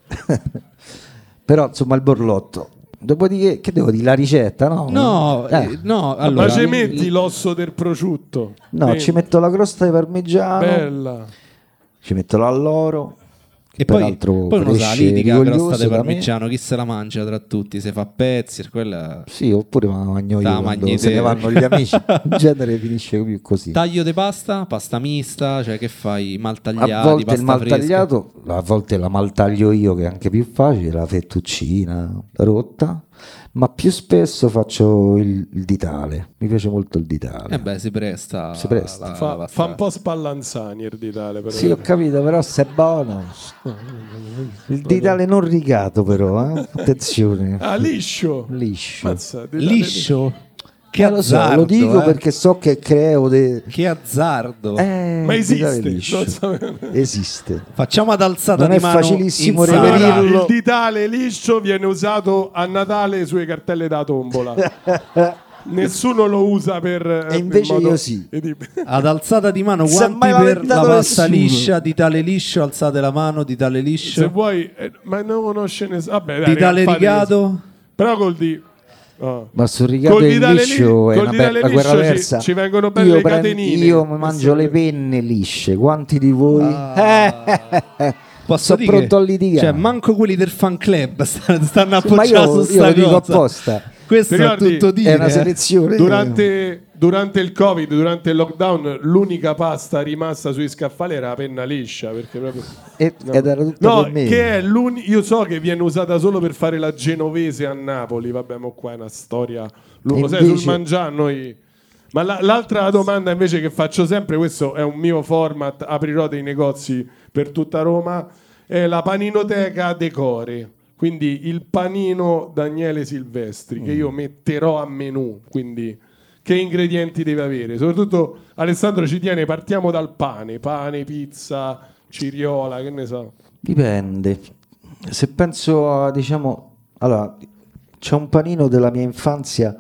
Però insomma il borlotto. Dopodiché, che devo dire? La ricetta, no? No, no, allora... Ma ci metti l'osso del prosciutto? No, Dentro. ci metto la crosta di parmigiano, Bella. ci metto l'alloro, E che poi, peraltro poi uno sa cresce litica la crosta rigoglioso di da me. parmigiano, chi se la mangia tra tutti, se fa a pezzi, quella... Sì, oppure me la mangio io La quando mangi se te. ne vanno gli amici. In genere finisce più così. Taglio di pasta, pasta mista, cioè che fai? A Maltagliati, volte il pasta mal fresca. tagliato, a volte la mal taglio io che è anche più facile, la fettuccina rotta, ma più spesso faccio il ditale. Mi piace molto il ditale. Beh, si presta. Si presta. Fa un po' spallanzani il ditale. Però. Sì, ho capito, però se è buono. Il ditale non rigato però, attenzione. Ah, liscio. Liscio. Mazza, ditale Liscio? Che Lo so, azzardo, lo dico perché so che creo Che azzardo. Ma il ditale esiste? liscio. Non sapevo. Esiste. Facciamo ad alzata Non di è mano facilissimo in sala. reperirlo. Allora, il ditale liscio viene usato a Natale sulle cartelle da tombola. Nessuno lo usa per... E invece in modo- io sì. Ad alzata di mano, Si è guanti mai per la lamentato pasta nessuno. liscia, ditale liscio, alzate la mano, ditale Se liscio, vuoi... ma non conosce nessuno. Vabbè, dai, ditale non fate rigato. questo. Però col di... oh. Ma sul rigato Col e il ditale liscio è col una ditale bella guerra liscio ci- persa. ci vengono belle io catenine. io mi mangio Questo- le penne lisce. Quanti di voi? Posso Sono dire pronto a che- litigare. Cioè, manco quelli del fan club stanno Ma appoggiati su io sta lo dico cosa. apposta. Questo Ti è ricordi? tutto dire. È una selezione. Durante il Covid, durante il lockdown, l'unica pasta rimasta sui scaffali era la penna liscia. Perché proprio... Ed era tutto No, per me. che è io so che viene usata solo per fare la genovese a Napoli. Vabbè, ma qua è una storia lunga. E Sai, invece- sul mangiare noi... Ma l'altra domanda invece che faccio sempre, questo è un mio format, aprirò dei negozi per tutta Roma, è la paninoteca decore. Quindi il panino Daniele Silvestri che io metterò a menù. Quindi che ingredienti deve avere? Soprattutto Alessandro ci tiene, partiamo dal pane, pizza, ciriola, che ne so. Dipende. Se penso a, diciamo, allora, c'è un panino della mia infanzia,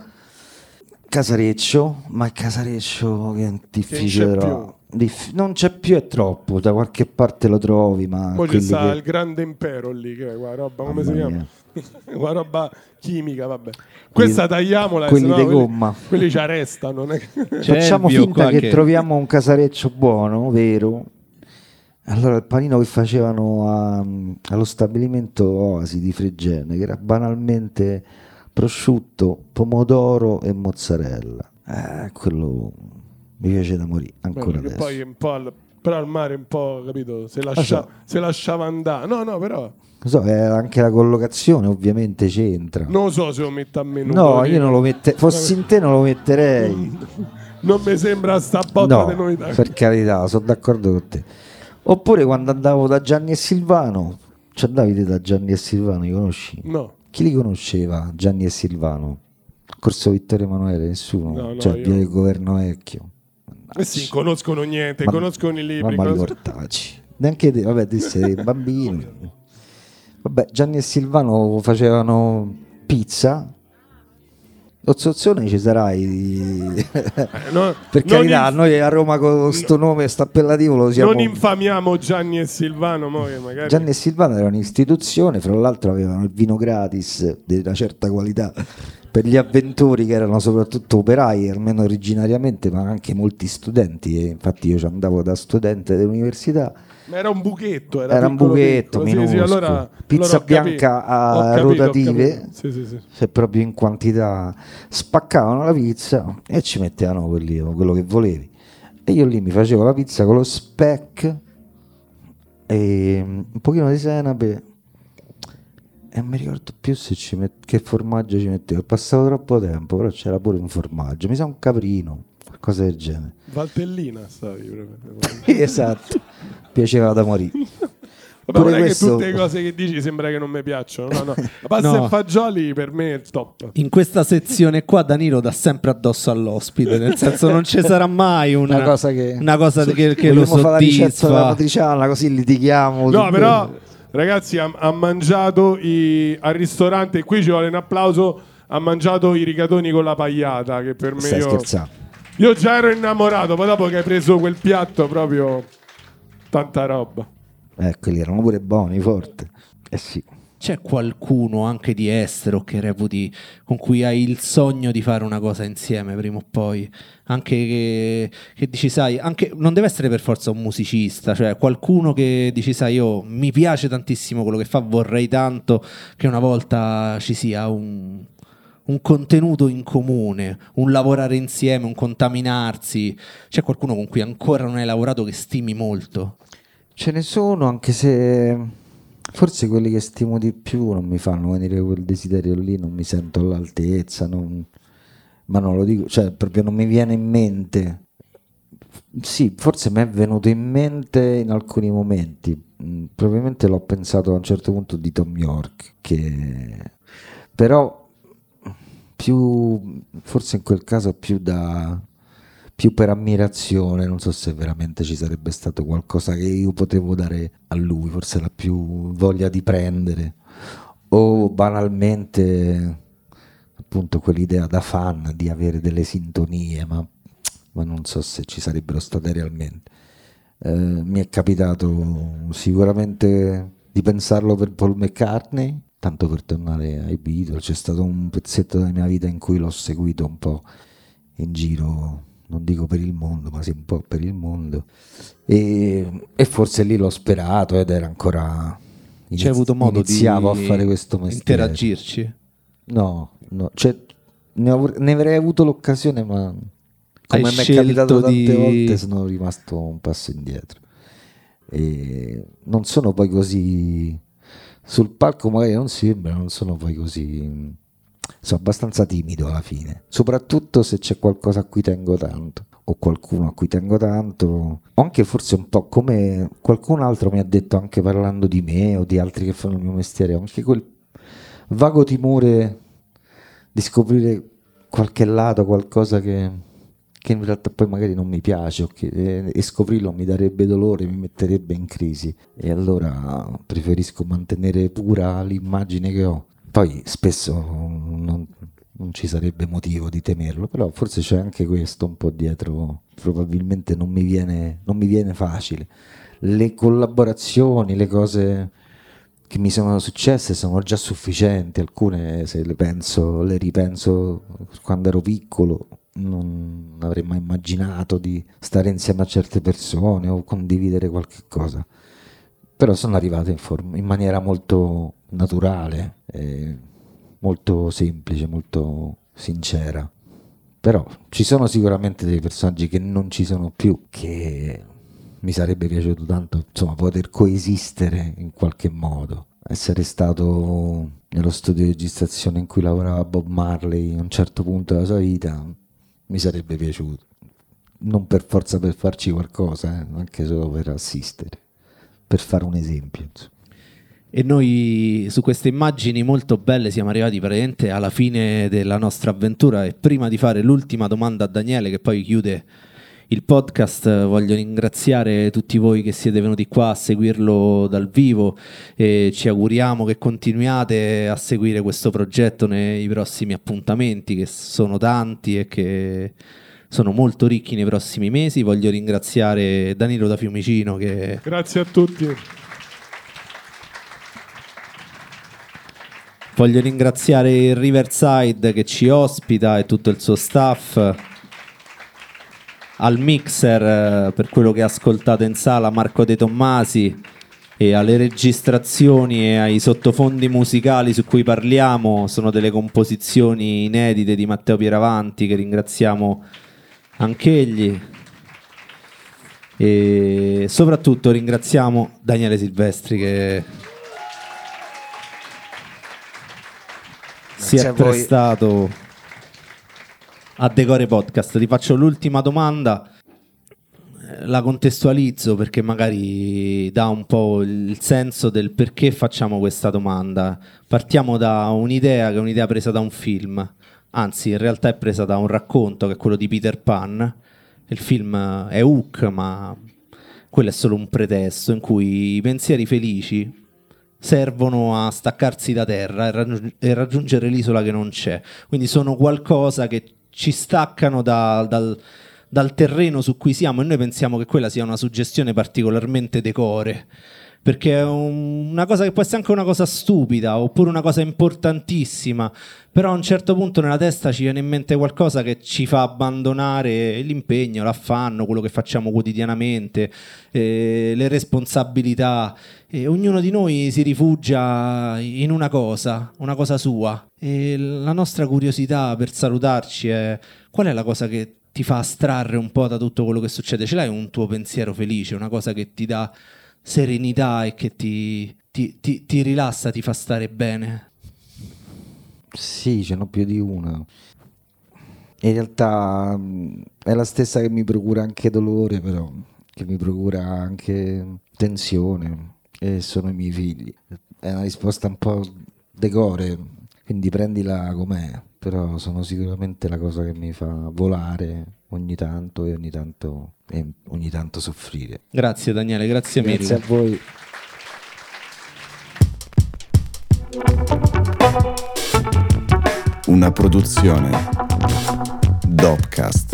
casareccio, ma il casareccio che è difficile. c'è però. Non c'è più, è troppo, da qualche parte lo trovi, ma Poi c'è quelli sta che- il grande impero lì, che è quella roba, come Mamma si chiama? mia. Quella roba chimica, vabbè. Questa tagliamola, quelli sennò di gomma. quelli ci arrestano. Non è che- C'è Facciamo Elvio finta qua che che- troviamo un casareccio buono, vero? Allora il panino che facevano allo stabilimento Oasi di Fregene, che era banalmente prosciutto, pomodoro e mozzarella. Quello mi piace da morire, ancora Che adesso. poi un po' però al mare un po', capito, se so. lasciava andare. No, però Lo so, anche la collocazione ovviamente c'entra. non lo so se lo metto a menù. No, perché io non lo metterei, fossi in te non lo metterei. non mi sembra sta botta di No, novità. per carità, sono d'accordo con te. Oppure quando andavo da Gianni e Silvano, cioè Davide da Gianni e Silvano, li conosci? No, Chi li conosceva, Gianni e Silvano? Corso Vittorio Emanuele, nessuno? No, Cioè, io- via del Governo Vecchio. eh sì, conoscono niente, Ma- conoscono i libri. Mamma conoscono- ricordaci. Neanche te, vabbè, te sei bambino. Vabbè, Gianni e Silvano facevano pizza Ozzone ci sarai. No, Per carità, noi a Roma con sto nome, sto appellativo lo siamo. Non infamiamo Gianni e Silvano, mo che magari... Gianni e Silvano era un'istituzione, fra l'altro avevano il vino gratis di una certa qualità per gli avventori che erano soprattutto operai, almeno originariamente, ma anche molti studenti, e infatti io ci andavo da studente dell'università. Ma era un buchetto, Era un buchetto piccolo. minuscolo. Allora Pizza ho capito. bianca Ho a capito, rotative, Sì. se proprio in quantità. Spaccavano la pizza e ci mettevano quello che volevi. E io lì mi facevo la pizza con lo speck e un pochino di senape. E non mi ricordo più se che formaggio ci mettevo. È passato troppo tempo, però c'era pure un formaggio. Mi sa un caprino, qualcosa del genere. Valtellina stavi proprio. Esatto, piaceva da morire. Vabbè, non è questo... che tutte le cose che dici sembra che non mi piacciono. No. La pasta e fagioli per me è top. In questa sezione qua Danilo dà sempre addosso all'ospite, nel senso non ci sarà mai una cosa che lo soddisfa. La matriciana, così litighiamo. No, però ragazzi ha mangiato al ristorante, qui ci vuole un applauso, ha mangiato i rigatoni con la pagliata, che per me Stai scherzando? Io già ero innamorato, poi dopo che hai preso quel piatto proprio tanta roba. Quelli erano pure buoni, forte. Sì. C'è qualcuno anche di estero che reputi con cui hai il sogno di fare una cosa insieme prima o poi? Anche che dici, sai, anche, non deve essere per forza un musicista, cioè qualcuno che dici, sai, io mi piace tantissimo quello che fa, vorrei tanto che una volta ci sia un contenuto in comune, un lavorare insieme, un contaminarsi. C'è qualcuno con cui ancora non hai lavorato che stimi molto? Ce ne sono, anche se forse quelli che stimo di più non mi fanno venire quel desiderio lì, non mi sento all'altezza, ma non lo dico, cioè proprio non mi viene in mente. Sì, forse mi è venuto in mente in alcuni momenti, probabilmente l'ho pensato a un certo punto di Tom York, però forse in quel caso più per ammirazione, non so se veramente ci sarebbe stato qualcosa che io potevo dare a lui, forse era più voglia di prendere, o banalmente appunto quell'idea da fan di avere delle sintonie, ma non so se ci sarebbero state realmente. Mi è capitato sicuramente di pensarlo per Paul McCartney, tanto per tornare ai Beatles. C'è stato un pezzetto della mia vita in cui l'ho seguito un po' in giro, non dico per il mondo, ma sì un po' per il mondo, e forse lì l'ho sperato ed era ancora c'hai avuto modo iniziavo di a fare questo mestiere. Interagirci? No, cioè, ne avrei avuto l'occasione, ma come mi è capitato tante volte sono rimasto un passo indietro e non sono poi così sul palco, magari non sembra, non sono poi così, sono abbastanza timido alla fine, soprattutto se c'è qualcosa a cui tengo tanto o qualcuno a cui tengo tanto, o anche forse un po' come qualcun altro mi ha detto, anche parlando di me o di altri che fanno il mio mestiere, anche quel vago timore di scoprire qualche lato, qualcosa che in realtà poi magari non mi piace, e scoprirlo mi darebbe dolore, mi metterebbe in crisi, e allora preferisco mantenere pura l'immagine che ho. Poi spesso non ci sarebbe motivo di temerlo, però forse c'è anche questo un po' dietro, probabilmente non mi viene facile. Le collaborazioni, le cose che mi sono successe sono già sufficienti, alcune se le ripenso quando ero piccolo non avrei mai immaginato di stare insieme a certe persone o condividere qualche cosa, però sono arrivate in maniera molto naturale, molto semplice, molto sincera. Però ci sono sicuramente dei personaggi che non ci sono più, che mi sarebbe piaciuto tanto, insomma, poter coesistere in qualche modo. Essere stato nello studio di registrazione in cui lavorava Bob Marley a un certo punto della sua vita mi sarebbe piaciuto, non per forza per farci qualcosa, anche solo per assistere, per fare un esempio, insomma. E noi su queste immagini molto belle siamo arrivati praticamente alla fine della nostra avventura, e prima di fare l'ultima domanda a Daniele, che poi chiude il podcast. Voglio ringraziare tutti voi che siete venuti qua a seguirlo dal vivo e ci auguriamo che continuiate a seguire questo progetto nei prossimi appuntamenti, che sono tanti e che sono molto ricchi nei prossimi mesi. Voglio ringraziare Danilo da Fiumicino che... Grazie a tutti. Voglio ringraziare il Riverside che ci ospita e tutto il suo staff, al mixer per quello che ascoltate in sala Marco De Tommasi, e alle registrazioni e ai sottofondi musicali su cui parliamo. Sono delle composizioni inedite di Matteo Pieravanti, che ringraziamo anch'egli, e soprattutto ringraziamo Daniele Silvestri che si è prestato a Decore Podcast. Ti faccio l'ultima domanda, la contestualizzo perché magari dà un po' il senso del perché facciamo questa domanda. Partiamo da un'idea che è un'idea presa da un film, anzi in realtà è presa da un racconto che è quello di Peter Pan. Il film è Hook, ma quello è solo un pretesto in cui i pensieri felici servono a staccarsi da terra e raggiungere l'isola che non c'è. Quindi sono qualcosa che ci staccano dal terreno su cui siamo, e noi pensiamo che quella sia una suggestione particolarmente decore, perché è una cosa che può essere anche una cosa stupida oppure una cosa importantissima, però a un certo punto nella testa ci viene in mente qualcosa che ci fa abbandonare l'impegno, l'affanno, quello che facciamo quotidianamente, le responsabilità, e ognuno di noi si rifugia in una cosa sua, e la nostra curiosità per salutarci è: qual è la cosa che ti fa astrarre un po' da tutto quello che succede? Ce l'hai un tuo pensiero felice, una cosa che ti dà serenità e che ti rilassa, ti fa stare bene? Sì, ce n'ho più di una. In realtà è la stessa che mi procura anche dolore, però, che mi procura anche tensione, e sono i miei figli. È una risposta un po' decore, quindi prendila com'è, però sono sicuramente la cosa che mi fa volare ogni tanto e ogni tanto soffrire. Grazie Daniele, grazie mille. Grazie a voi. Una produzione Dopcast.